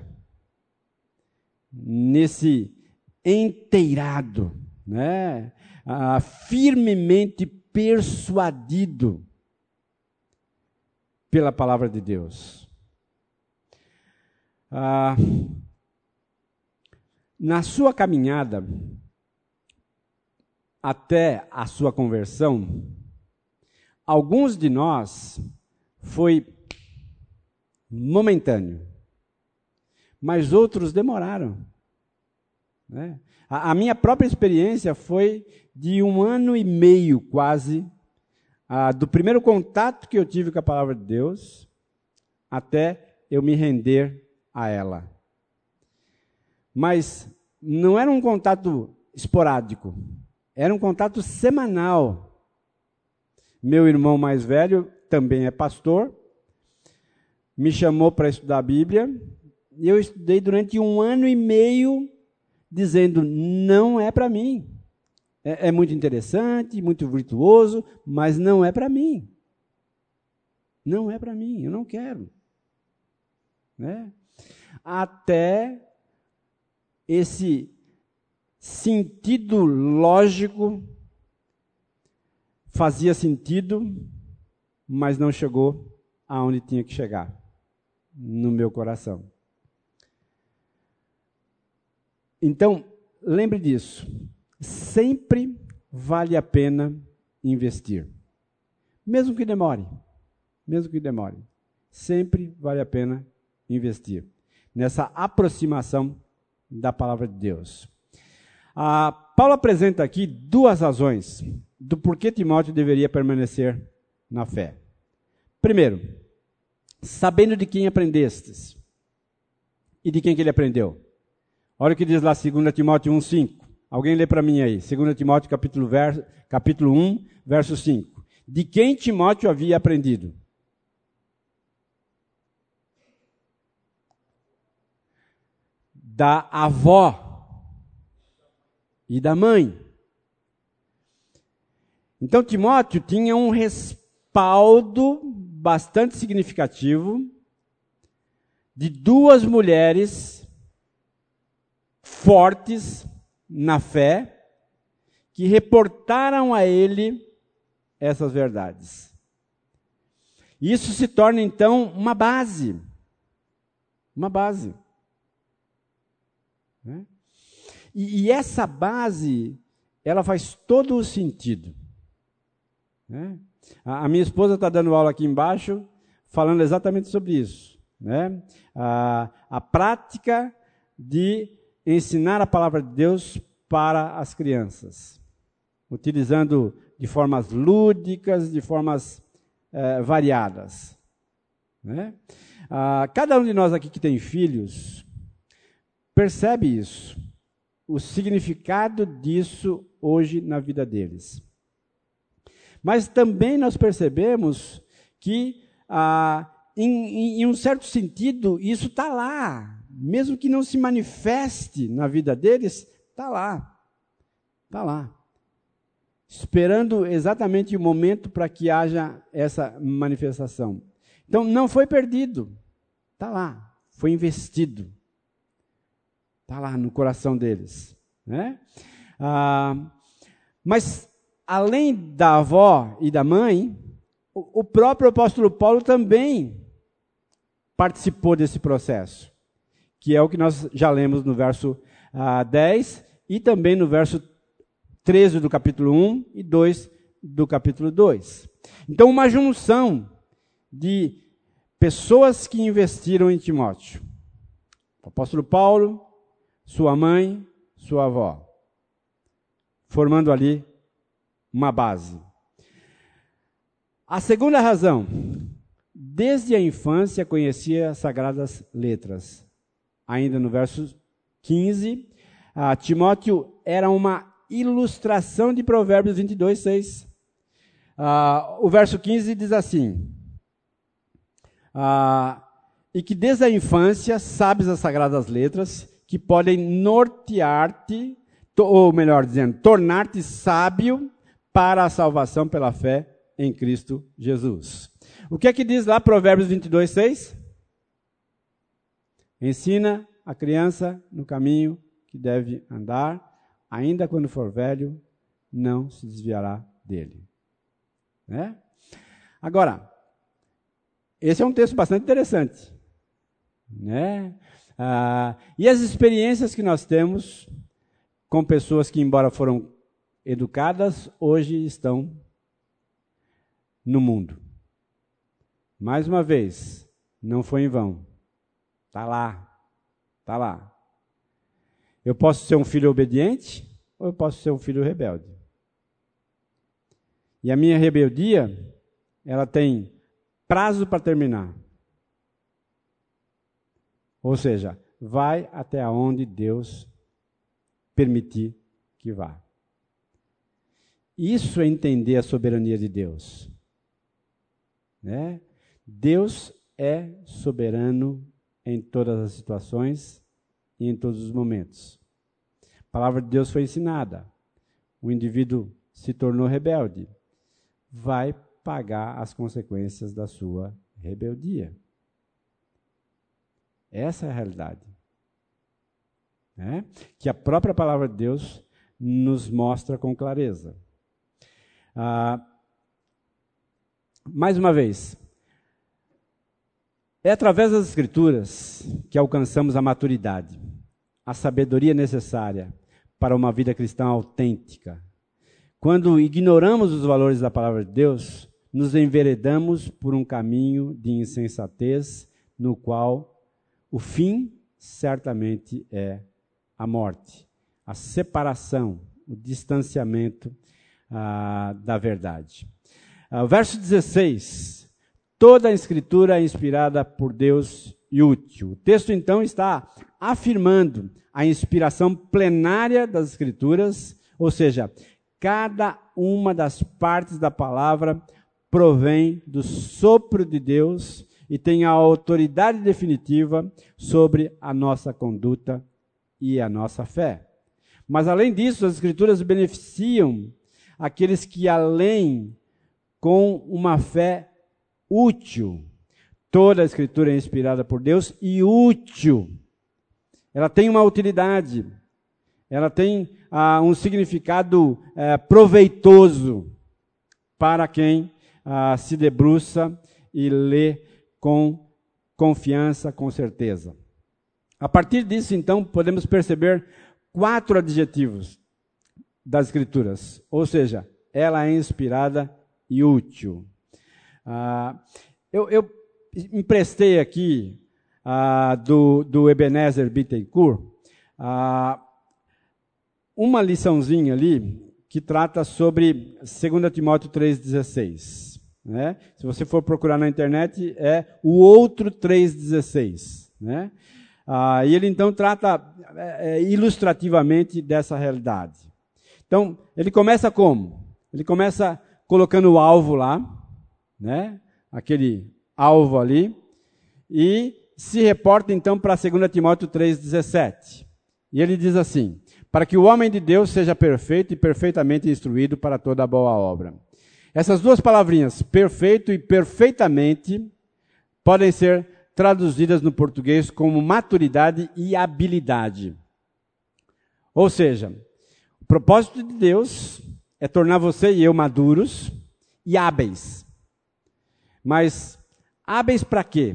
A: Nesse inteirado, né? Ah, firmemente persuadido pela palavra de Deus. Ah, na sua caminhada até a sua conversão, alguns de nós foi momentâneo, mas outros demoraram, né? A, a minha própria experiência foi de um ano e meio quase, ah, do primeiro contato que eu tive com a palavra de Deus, até eu me render a ela. Mas não era um contato esporádico, era um contato semanal. Meu irmão mais velho também é pastor, me chamou para estudar a Bíblia, e eu estudei durante um ano e meio, dizendo, não é para mim. É, é muito interessante, muito virtuoso, mas não é para mim. Não é para mim, eu não quero. Né? Até esse sentido lógico fazia sentido, mas não chegou aonde tinha que chegar, no meu coração. Então, lembre disso. Sempre vale a pena investir. Mesmo que demore. Mesmo que demore. Sempre vale a pena investir nessa aproximação da palavra de Deus. Ah, Paulo apresenta aqui duas razões do porquê Timóteo deveria permanecer na fé. Primeiro, sabendo de quem aprendestes e de quem que ele aprendeu. Olha o que diz lá dois Timóteo um, cinco. Alguém lê para mim aí. dois Timóteo capítulo, verso, capítulo um, verso cinco. De quem Timóteo havia aprendido? Da avó e da mãe. Então Timóteo tinha um respaldo bastante significativo de duas mulheres fortes na fé, que reportaram a ele essas verdades. Isso se torna, então, uma base. Uma base. Né? E, e essa base, ela faz todo o sentido. Né? A, a minha esposa está dando aula aqui embaixo, falando exatamente sobre isso. Né? A, a prática de ensinar a palavra de Deus para as crianças, utilizando de formas lúdicas, de formas eh, variadas. Né? Ah, cada um de nós aqui que tem filhos, percebe isso, o significado disso hoje na vida deles. Mas também nós percebemos que, ah, em, em um certo sentido, isso está lá. Mesmo que não se manifeste na vida deles, está lá. Está lá. Esperando exatamente o momento para que haja essa manifestação. Então, não foi perdido. Está lá. Foi investido. Está lá no coração deles. Né? Ah, mas, além da avó e da mãe, o, o próprio apóstolo Paulo também participou desse processo, que é o que nós já lemos no verso ah, dez e também no verso treze do capítulo um e dois do capítulo dois. Então, uma junção de pessoas que investiram em Timóteo. O apóstolo Paulo, sua mãe, sua avó, formando ali uma base. A segunda razão, desde a infância conhecia as sagradas letras. Ainda no verso quinze, ah, Timóteo era uma ilustração de Provérbios vinte e dois, seis. Ah, o verso quinze diz assim, ah, e que desde a infância sabes as sagradas letras, que podem nortear-te, ou melhor dizendo, tornar-te sábio para a salvação pela fé em Cristo Jesus. O que é que diz lá Provérbios vinte e dois, seis? Ensina a criança no caminho que deve andar, ainda quando for velho, não se desviará dele. Né? Agora, esse é um texto bastante interessante. Né? Ah, e as experiências que nós temos com pessoas que, embora foram educadas, hoje estão no mundo. Mais uma vez, não foi em vão. Está lá, está lá. Eu posso ser um filho obediente ou eu posso ser um filho rebelde. E a minha rebeldia, ela tem prazo para terminar. Ou seja, vai até onde Deus permitir que vá. Isso é entender a soberania de Deus. Né? Deus é soberano em todas as situações e em todos os momentos. A palavra de Deus foi ensinada. O indivíduo se tornou rebelde. Vai pagar as consequências da sua rebeldia. Essa é a realidade. Né? Que a própria palavra de Deus nos mostra com clareza. Ah, mais uma vez, é através das Escrituras que alcançamos a maturidade, a sabedoria necessária para uma vida cristã autêntica. Quando ignoramos os valores da palavra de Deus, nos enveredamos por um caminho de insensatez, no qual o fim certamente é a morte, a separação, o distanciamento ah, da verdade. Ah, verso dezesseis, toda a Escritura é inspirada por Deus e útil. O texto, então, está afirmando a inspiração plenária das Escrituras, ou seja, cada uma das partes da palavra provém do sopro de Deus e tem a autoridade definitiva sobre a nossa conduta e a nossa fé. Mas, além disso, as Escrituras beneficiam aqueles que, além com uma fé útil, toda a Escritura é inspirada por Deus e útil. Ela tem uma utilidade, ela tem ah, um significado eh, proveitoso para quem ah, se debruça e lê com confiança, com certeza. A partir disso, então, podemos perceber quatro adjetivos das Escrituras, ou seja, ela é inspirada e útil. Ah, eu, eu emprestei aqui ah, do, do Ebenezer Bittencourt ah, uma liçãozinha ali que trata sobre dois Timóteo três dezesseis. Né? Se você for procurar na internet, é o outro três dezesseis. Né? Ah, e ele então trata é, ilustrativamente dessa realidade. Então, ele começa como? Ele começa colocando o alvo lá, né? Aquele alvo ali, e se reporta então para dois Timóteo três dezessete. E ele diz assim: para que o homem de Deus seja perfeito e perfeitamente instruído para toda boa obra. Essas duas palavrinhas, perfeito e perfeitamente, podem ser traduzidas no português como maturidade e habilidade. Ou seja, o propósito de Deus é tornar você e eu maduros e hábeis. Mas hábeis para quê?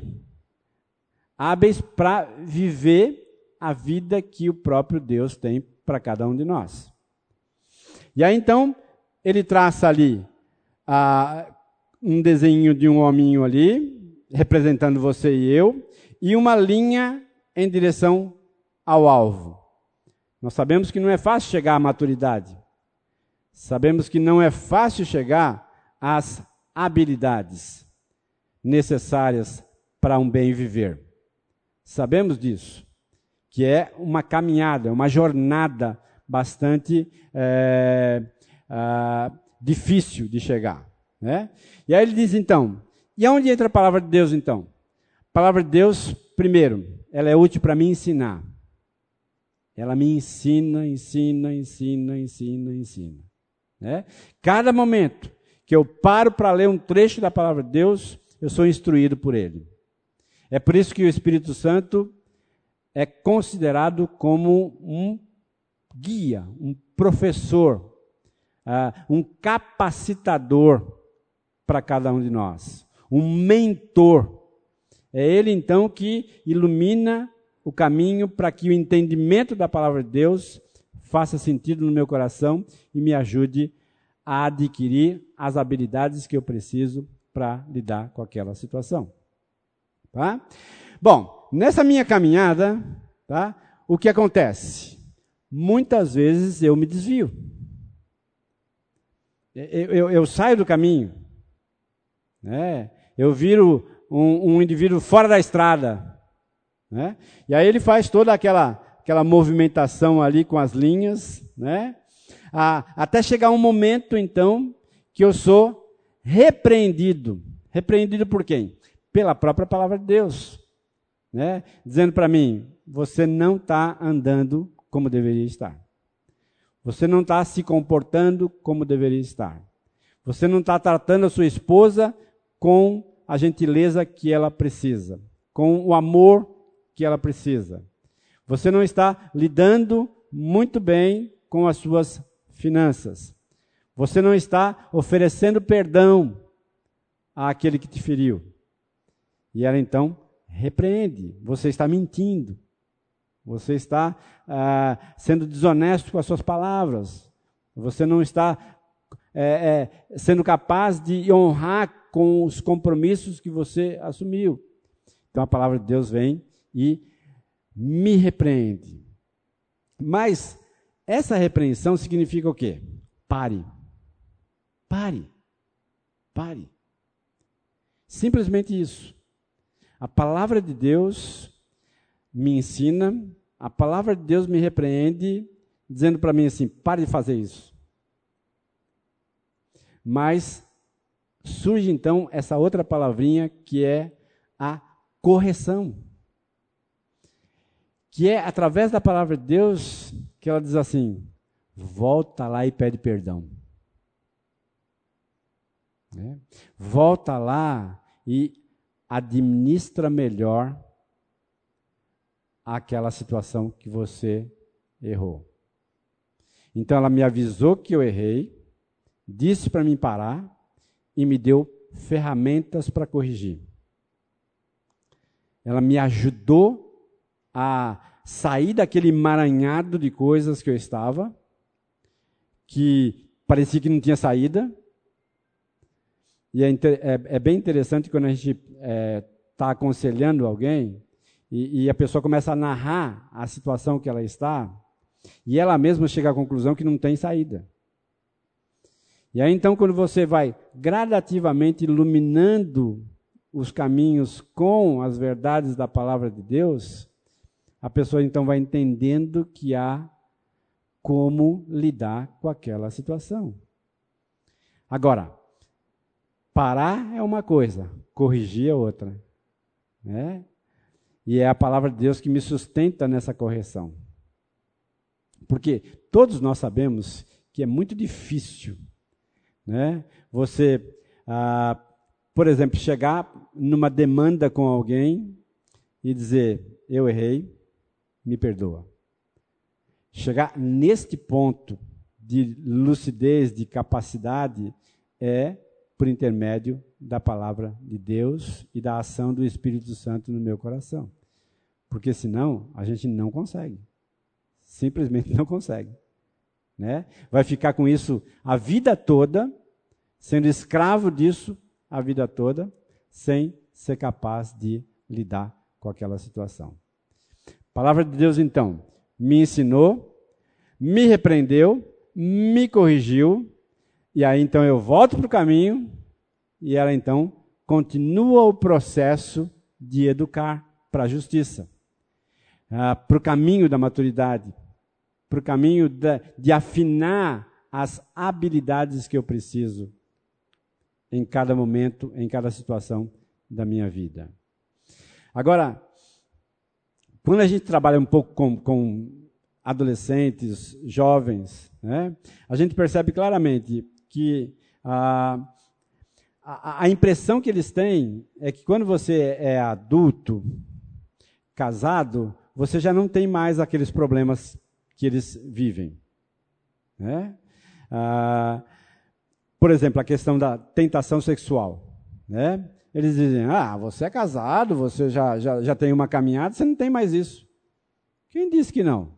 A: Hábeis para viver a vida que o próprio Deus tem para cada um de nós. E aí então, ele traça ali ah, um desenho de um hominho ali, representando você e eu, e uma linha em direção ao alvo. Nós sabemos que não é fácil chegar à maturidade. Sabemos que não é fácil chegar às habilidades necessárias para um bem viver. Sabemos disso, que é uma caminhada, uma jornada bastante é, é, difícil de chegar. Né? E aí ele diz então, e aonde entra a palavra de Deus então? A palavra de Deus, primeiro, ela é útil para me ensinar. ela me ensina, ensina, ensina, ensina, ensina. Né? Cada momento que eu paro para ler um trecho da palavra de Deus, eu sou instruído por ele. É por isso que o Espírito Santo é considerado como um guia, um professor, uh, um capacitador para cada um de nós, um mentor. É ele, então, que ilumina o caminho para que o entendimento da palavra de Deus faça sentido no meu coração e me ajude a adquirir as habilidades que eu preciso para lidar com aquela situação. Tá? Bom, nessa minha caminhada, tá, o que acontece? Muitas vezes eu me desvio. Eu, eu, eu saio do caminho. Né? Eu viro um, um indivíduo fora da estrada. Né? E aí ele faz toda aquela, aquela movimentação ali com as linhas, né? Ah, até chegar um momento, então, que eu sou repreendido. Repreendido por quem? Pela própria palavra de Deus. Né? Dizendo para mim, você não está andando como deveria estar. Você não está se comportando como deveria estar. Você não está tratando a sua esposa com a gentileza que ela precisa, com o amor que ela precisa. Você não está lidando muito bem com as suas finanças. Você não está oferecendo perdão àquele que te feriu. E ela então repreende. Você está mentindo. Você está ah, sendo desonesto com as suas palavras. Você não está é, é, sendo capaz de honrar com os compromissos que você assumiu. Então a palavra de Deus vem e me repreende. Mas essa repreensão significa o quê? Pare. Pare. Pare. Simplesmente isso. A palavra de Deus me ensina, a palavra de Deus me repreende, dizendo para mim assim, pare de fazer isso. Mas surge então essa outra palavrinha que é a correção. Que é através da palavra de Deus que ela diz assim, volta lá e pede perdão. Né? Volta lá e administra melhor aquela situação que você errou. Então ela me avisou que eu errei, disse para mim parar e me deu ferramentas para corrigir. Ela me ajudou a sair daquele emaranhado de coisas que eu estava, que parecia que não tinha saída. E é, é, é bem interessante quando a gente está é, aconselhando alguém e, e a pessoa começa a narrar a situação que ela está e ela mesma chega à conclusão que não tem saída. E aí então quando você vai gradativamente iluminando os caminhos com as verdades da palavra de Deus, a pessoa então vai entendendo que há como lidar com aquela situação. Agora, parar é uma coisa, corrigir é outra. Né? E é a palavra de Deus que me sustenta nessa correção. Porque todos nós sabemos que é muito difícil, né? Você, ah, por exemplo, chegar numa demanda com alguém e dizer, eu errei, me perdoa. Chegar neste ponto de lucidez, de capacidade, é por intermédio da palavra de Deus e da ação do Espírito Santo no meu coração. Porque senão a gente não consegue. Simplesmente não consegue. Né? Vai ficar com isso a vida toda, sendo escravo disso a vida toda, sem ser capaz de lidar com aquela situação. A palavra de Deus, então, me ensinou, me repreendeu, me corrigiu, e aí então eu volto para o caminho, e ela então continua o processo de educar para a justiça, ah, para o caminho da maturidade, para o caminho de, de afinar as habilidades que eu preciso em cada momento, em cada situação da minha vida. Agora, quando a gente trabalha um pouco com, com adolescentes, jovens, né? A gente percebe claramente que a, a, a impressão que eles têm é que quando você é adulto, casado, você já não tem mais aqueles problemas que eles vivem, né? Ah, por exemplo, a questão da tentação sexual, né? Eles dizem, ah, você é casado, você já, já, já tem uma caminhada, você não tem mais isso. Quem disse que não?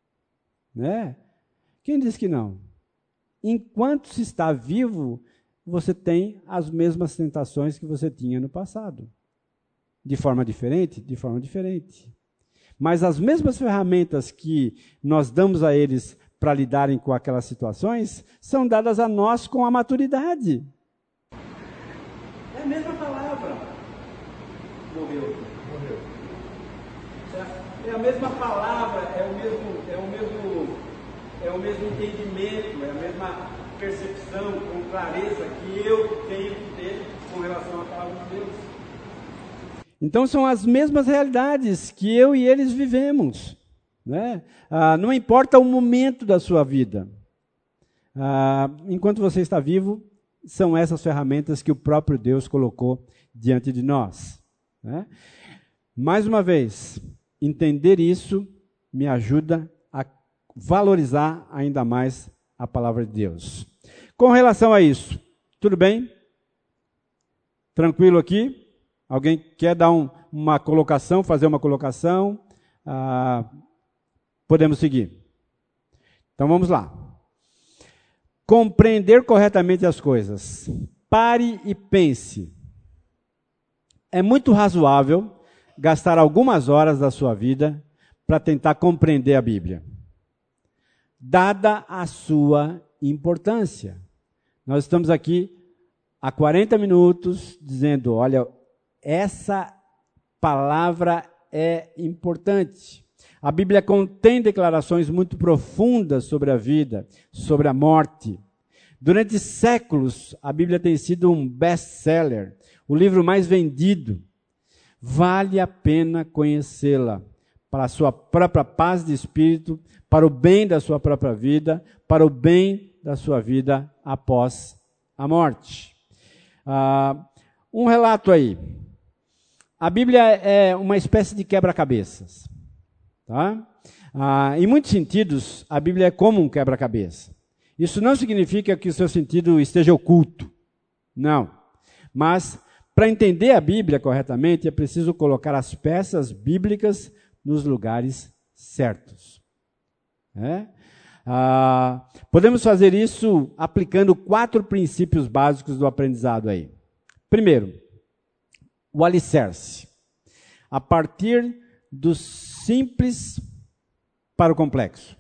A: Né? Quem disse que não? Enquanto se está vivo, você tem as mesmas tentações que você tinha no passado. De forma diferente? De forma diferente. Mas as mesmas ferramentas que nós damos a eles para lidarem com aquelas situações, são dadas a nós com a maturidade. É a mesma palavra. Morreu. Morreu. É a mesma palavra, é o mesmo, é o mesmo, é o mesmo entendimento, é a mesma percepção, com clareza que eu tenho que ter com relação à palavra de Deus. Então são as mesmas realidades que eu e eles vivemos, né? Ah, não importa o momento da sua vida. Ah, enquanto você está vivo, são essas ferramentas que o próprio Deus colocou diante de nós, né? Mais uma vez, entender isso me ajuda a valorizar ainda mais a palavra de Deus. Com relação a isso, tudo bem? Tranquilo aqui? Alguém quer dar um, uma colocação, fazer uma colocação? Ah, podemos seguir. Então vamos lá. Compreender corretamente as coisas. Pare e pense. É muito razoável gastar algumas horas da sua vida para tentar compreender a Bíblia, dada a sua importância. Nós estamos aqui há quarenta minutos dizendo, olha, essa palavra é importante. A Bíblia contém declarações muito profundas sobre a vida, sobre a morte. Durante séculos, a Bíblia tem sido um best-seller, o livro mais vendido. Vale a pena conhecê-la, para a sua própria paz de espírito, para o bem da sua própria vida, para o bem da sua vida após a morte. Ah, um relato aí. A Bíblia é uma espécie de quebra-cabeças. Tá? Ah, em muitos sentidos, a Bíblia é como um quebra-cabeça. Isso não significa que o seu sentido esteja oculto. Não. Mas, para entender a Bíblia corretamente, é preciso colocar as peças bíblicas nos lugares certos. É? Ah, podemos fazer isso aplicando quatro princípios básicos do aprendizado aí. Primeiro, o alicerce. A partir do simples para o complexo.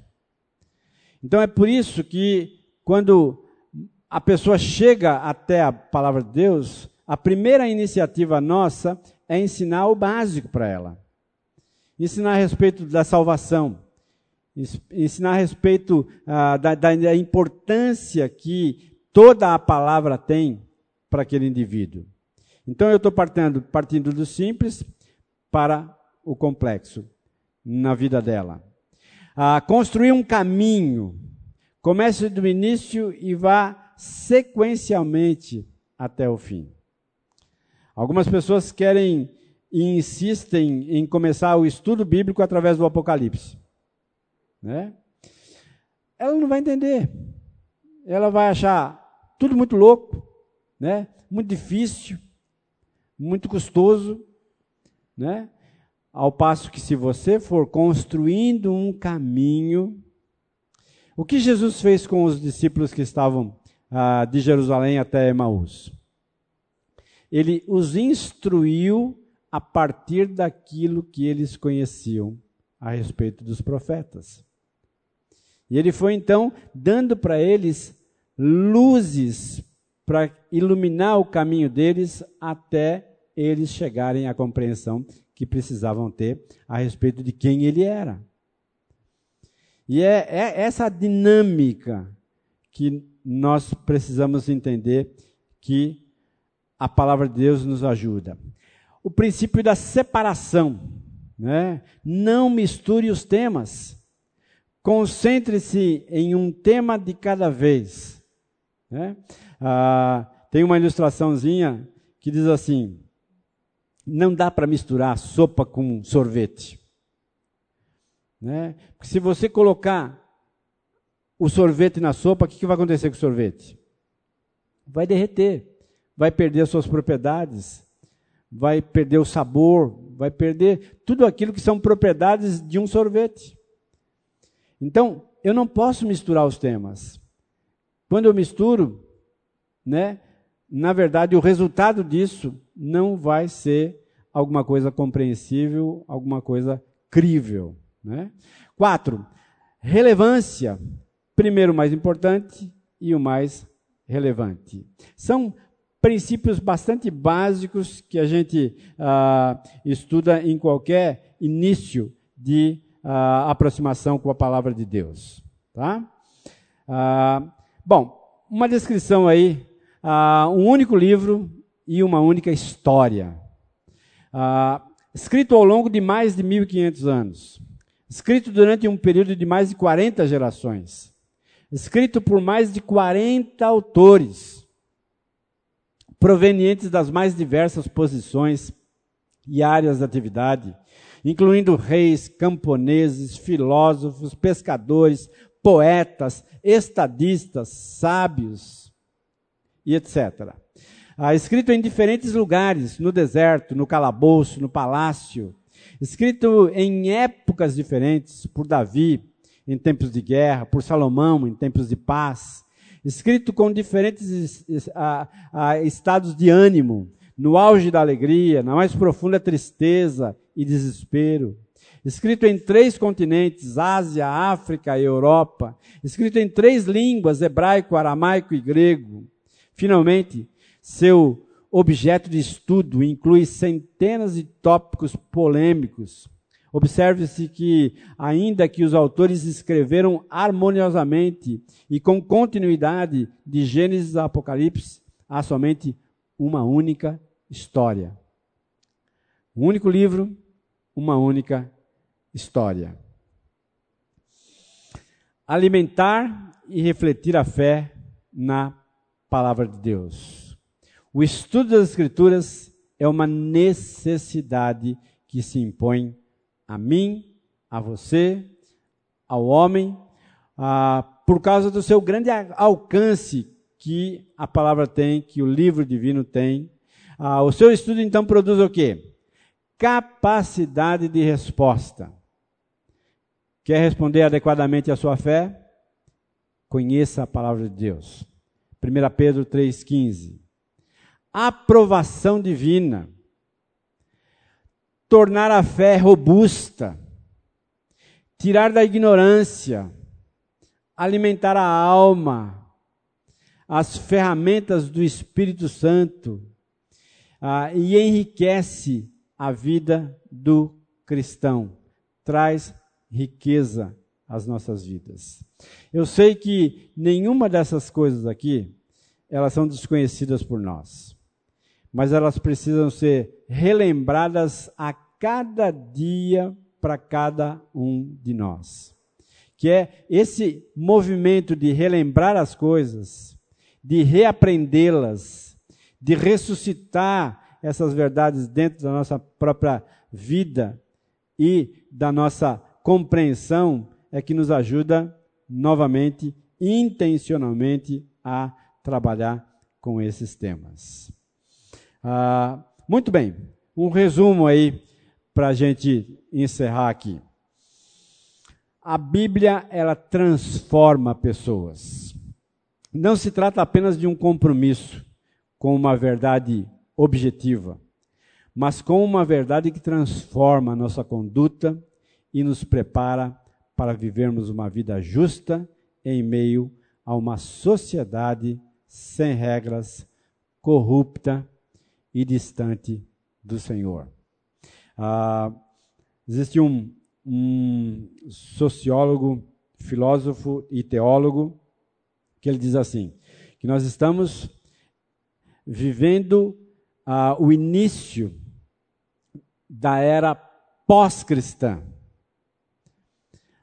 A: Então é por isso que quando a pessoa chega até a palavra de Deus, a primeira iniciativa nossa é ensinar o básico para ela. Ensinar a respeito da salvação. Ensinar a respeito ah, da, da importância que toda a palavra tem para aquele indivíduo. Então eu estou partindo, partindo do simples para o complexo na vida dela. Ah, construir um caminho. Comece do início e vá sequencialmente até o fim. Algumas pessoas querem e insistem em começar o estudo bíblico através do Apocalipse, né? Ela não vai entender. Ela vai achar tudo muito louco, né? Muito difícil, muito custoso, né? Ao passo que se você for construindo um caminho, o que Jesus fez com os discípulos que estavam ah, de Jerusalém até Emaús? Ele os instruiu a partir daquilo que eles conheciam a respeito dos profetas. E ele foi então dando para eles luzes para iluminar o caminho deles até eles chegarem à compreensão que precisavam ter a respeito de quem ele era. E é, é essa dinâmica que nós precisamos entender que a palavra de Deus nos ajuda. O princípio da separação, né? Não misture os temas. Concentre-se em um tema de cada vez. Né? Ah, tem uma ilustraçãozinha que diz assim: não dá para misturar sopa com sorvete. Né? Porque se você colocar o sorvete na sopa, o que, que vai acontecer com o sorvete? Vai derreter, vai perder as suas propriedades, vai perder o sabor, vai perder tudo aquilo que são propriedades de um sorvete. Então, eu não posso misturar os temas. Quando eu misturo, né, na verdade, o resultado disso não vai ser alguma coisa compreensível, alguma coisa crível. Né? Quatro, relevância. Primeiro o mais importante e o mais relevante. São princípios bastante básicos que a gente ah, estuda em qualquer início de ah, aproximação com a palavra de Deus. Tá? Ah, bom, uma descrição aí, ah, um único livro e uma única história. Ah, escrito ao longo de mais de mil e quinhentos anos. Escrito durante um período de mais de quarenta gerações. Escrito por mais de quarenta autores, provenientes das mais diversas posições e áreas de atividade, incluindo reis, camponeses, filósofos, pescadores, poetas, estadistas, sábios e etcétera. Ah, escrito em diferentes lugares, no deserto, no calabouço, no palácio, escrito em épocas diferentes, por Davi, em tempos de guerra, por Salomão, em tempos de paz, escrito com diferentes a, a, estados de ânimo, no auge da alegria, na mais profunda tristeza e desespero, escrito em três continentes, Ásia, África e Europa, escrito em três línguas, hebraico, aramaico e grego. Finalmente, seu objeto de estudo inclui centenas de tópicos polêmicos. Observe-se que, ainda que os autores escreveram harmoniosamente e com continuidade de Gênesis a Apocalipse, há somente uma única história. Um único livro, uma única história. Alimentar e refletir a fé na palavra de Deus. O estudo das Escrituras é uma necessidade que se impõe a mim, a você, ao homem, ah, por causa do seu grande alcance que a palavra tem, que o livro divino tem. Ah, o seu estudo, então, produz o quê? Capacidade de resposta. Quer responder adequadamente à sua fé? Conheça a palavra de Deus. primeira Pedro três, quinze. Aprovação divina. Tornar a fé robusta. Tirar da ignorância. Alimentar a alma. As ferramentas do Espírito Santo. Ah, e enriquece a vida do cristão. Traz riqueza às nossas vidas. Eu sei que nenhuma dessas coisas aqui, elas são desconhecidas por nós. Mas elas precisam ser relembradas a cada dia para cada um de nós. Que é esse movimento de relembrar as coisas, de reaprendê-las, de ressuscitar essas verdades dentro da nossa própria vida e da nossa compreensão, é que nos ajuda novamente, intencionalmente, a trabalhar com esses temas. Ah, muito bem, um resumo aí para a gente encerrar aqui. A Bíblia, ela transforma pessoas. Não se trata apenas de um compromisso com uma verdade objetiva, mas com uma verdade que transforma a nossa conduta e nos prepara para vivermos uma vida justa em meio a uma sociedade sem regras, corrupta e distante do Senhor. Ah, existe um, um sociólogo, filósofo e teólogo que ele diz assim, que nós estamos vivendo ah, o início da era pós-cristã.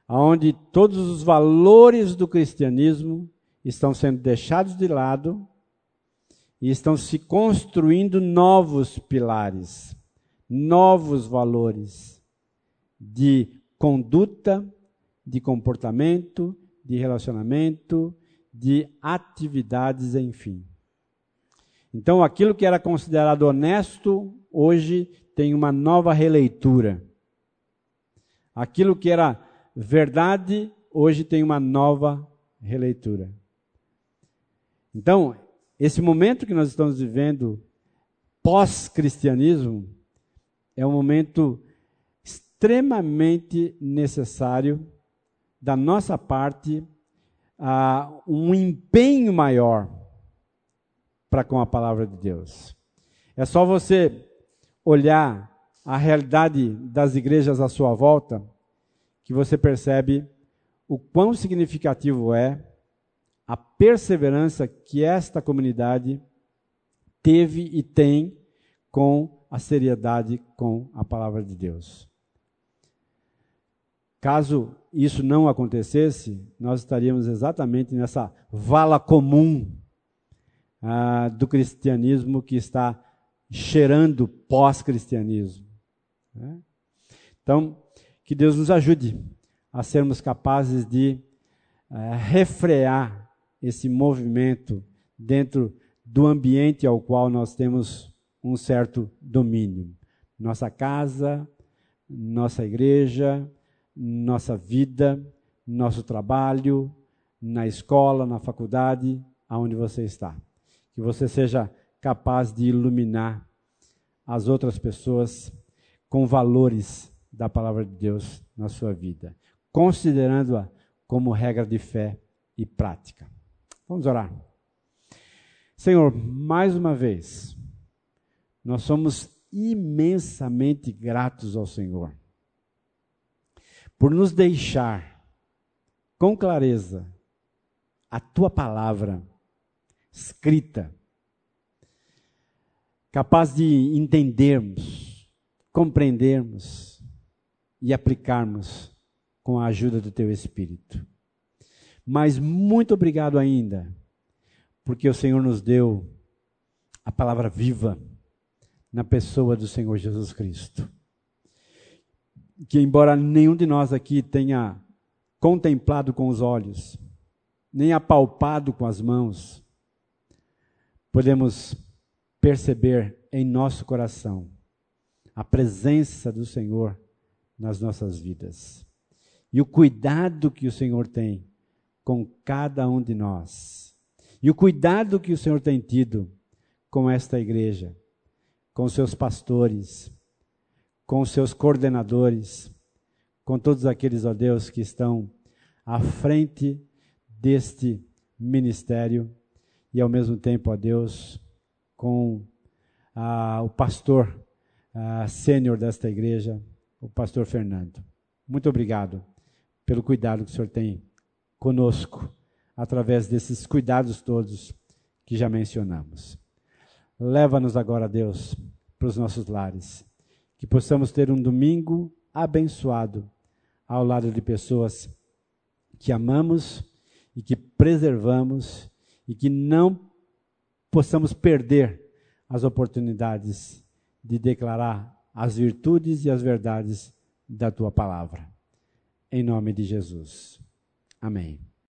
A: onde todos os valores do cristianismo estão sendo deixados de lado e estão se construindo novos pilares, novos valores de conduta, de comportamento, de relacionamento, de atividades, enfim. Então, aquilo que era considerado honesto, hoje tem uma nova releitura. Aquilo que era verdade, hoje tem uma nova releitura. Então, esse momento que nós estamos vivendo, pós-cristianismo, é um momento extremamente necessário da nossa parte, uh, um empenho maior para com a palavra de Deus. É só você olhar a realidade das igrejas à sua volta, que você percebe o quão significativo é a perseverança que esta comunidade teve e tem com a seriedade com a palavra de Deus. Caso isso não acontecesse, nós estaríamos exatamente nessa vala comum ah, do cristianismo que está cheirando pós-cristianismo. Né? Então, que Deus nos ajude a sermos capazes de uh, refrear esse movimento dentro do ambiente ao qual nós temos um certo domínio. Nossa casa, nossa igreja, nossa vida, nosso trabalho, na escola, na faculdade, aonde você está. Que você seja capaz de iluminar as outras pessoas com valores da palavra de Deus na sua vida, considerando-a como regra de fé e prática. Vamos orar. Senhor, mais uma vez, nós somos imensamente gratos ao Senhor por nos deixar com clareza a Tua palavra escrita, capaz de entendermos, compreendermos e aplicarmos com a ajuda do Teu Espírito. Mas muito obrigado ainda, porque o Senhor nos deu a palavra viva na pessoa do Senhor Jesus Cristo. Que embora nenhum de nós aqui tenha contemplado com os olhos, nem apalpado com as mãos, podemos perceber em nosso coração a presença do Senhor nas nossas vidas. E o cuidado que o Senhor tem com cada um de nós. E o cuidado que o Senhor tem tido com esta igreja, com seus pastores, com seus coordenadores, com todos aqueles, ó Deus, que estão à frente deste ministério e, ao mesmo tempo, ó Deus, com ah, o pastor ah, sênior desta igreja, o pastor Fernando. Muito obrigado pelo cuidado que o Senhor tem conosco, através desses cuidados todos que já mencionamos. Leva-nos agora, Deus, para os nossos lares, que possamos ter um domingo abençoado ao lado de pessoas que amamos e que preservamos e que não possamos perder as oportunidades de declarar as virtudes e as verdades da Tua palavra. Em nome de Jesus. Amém.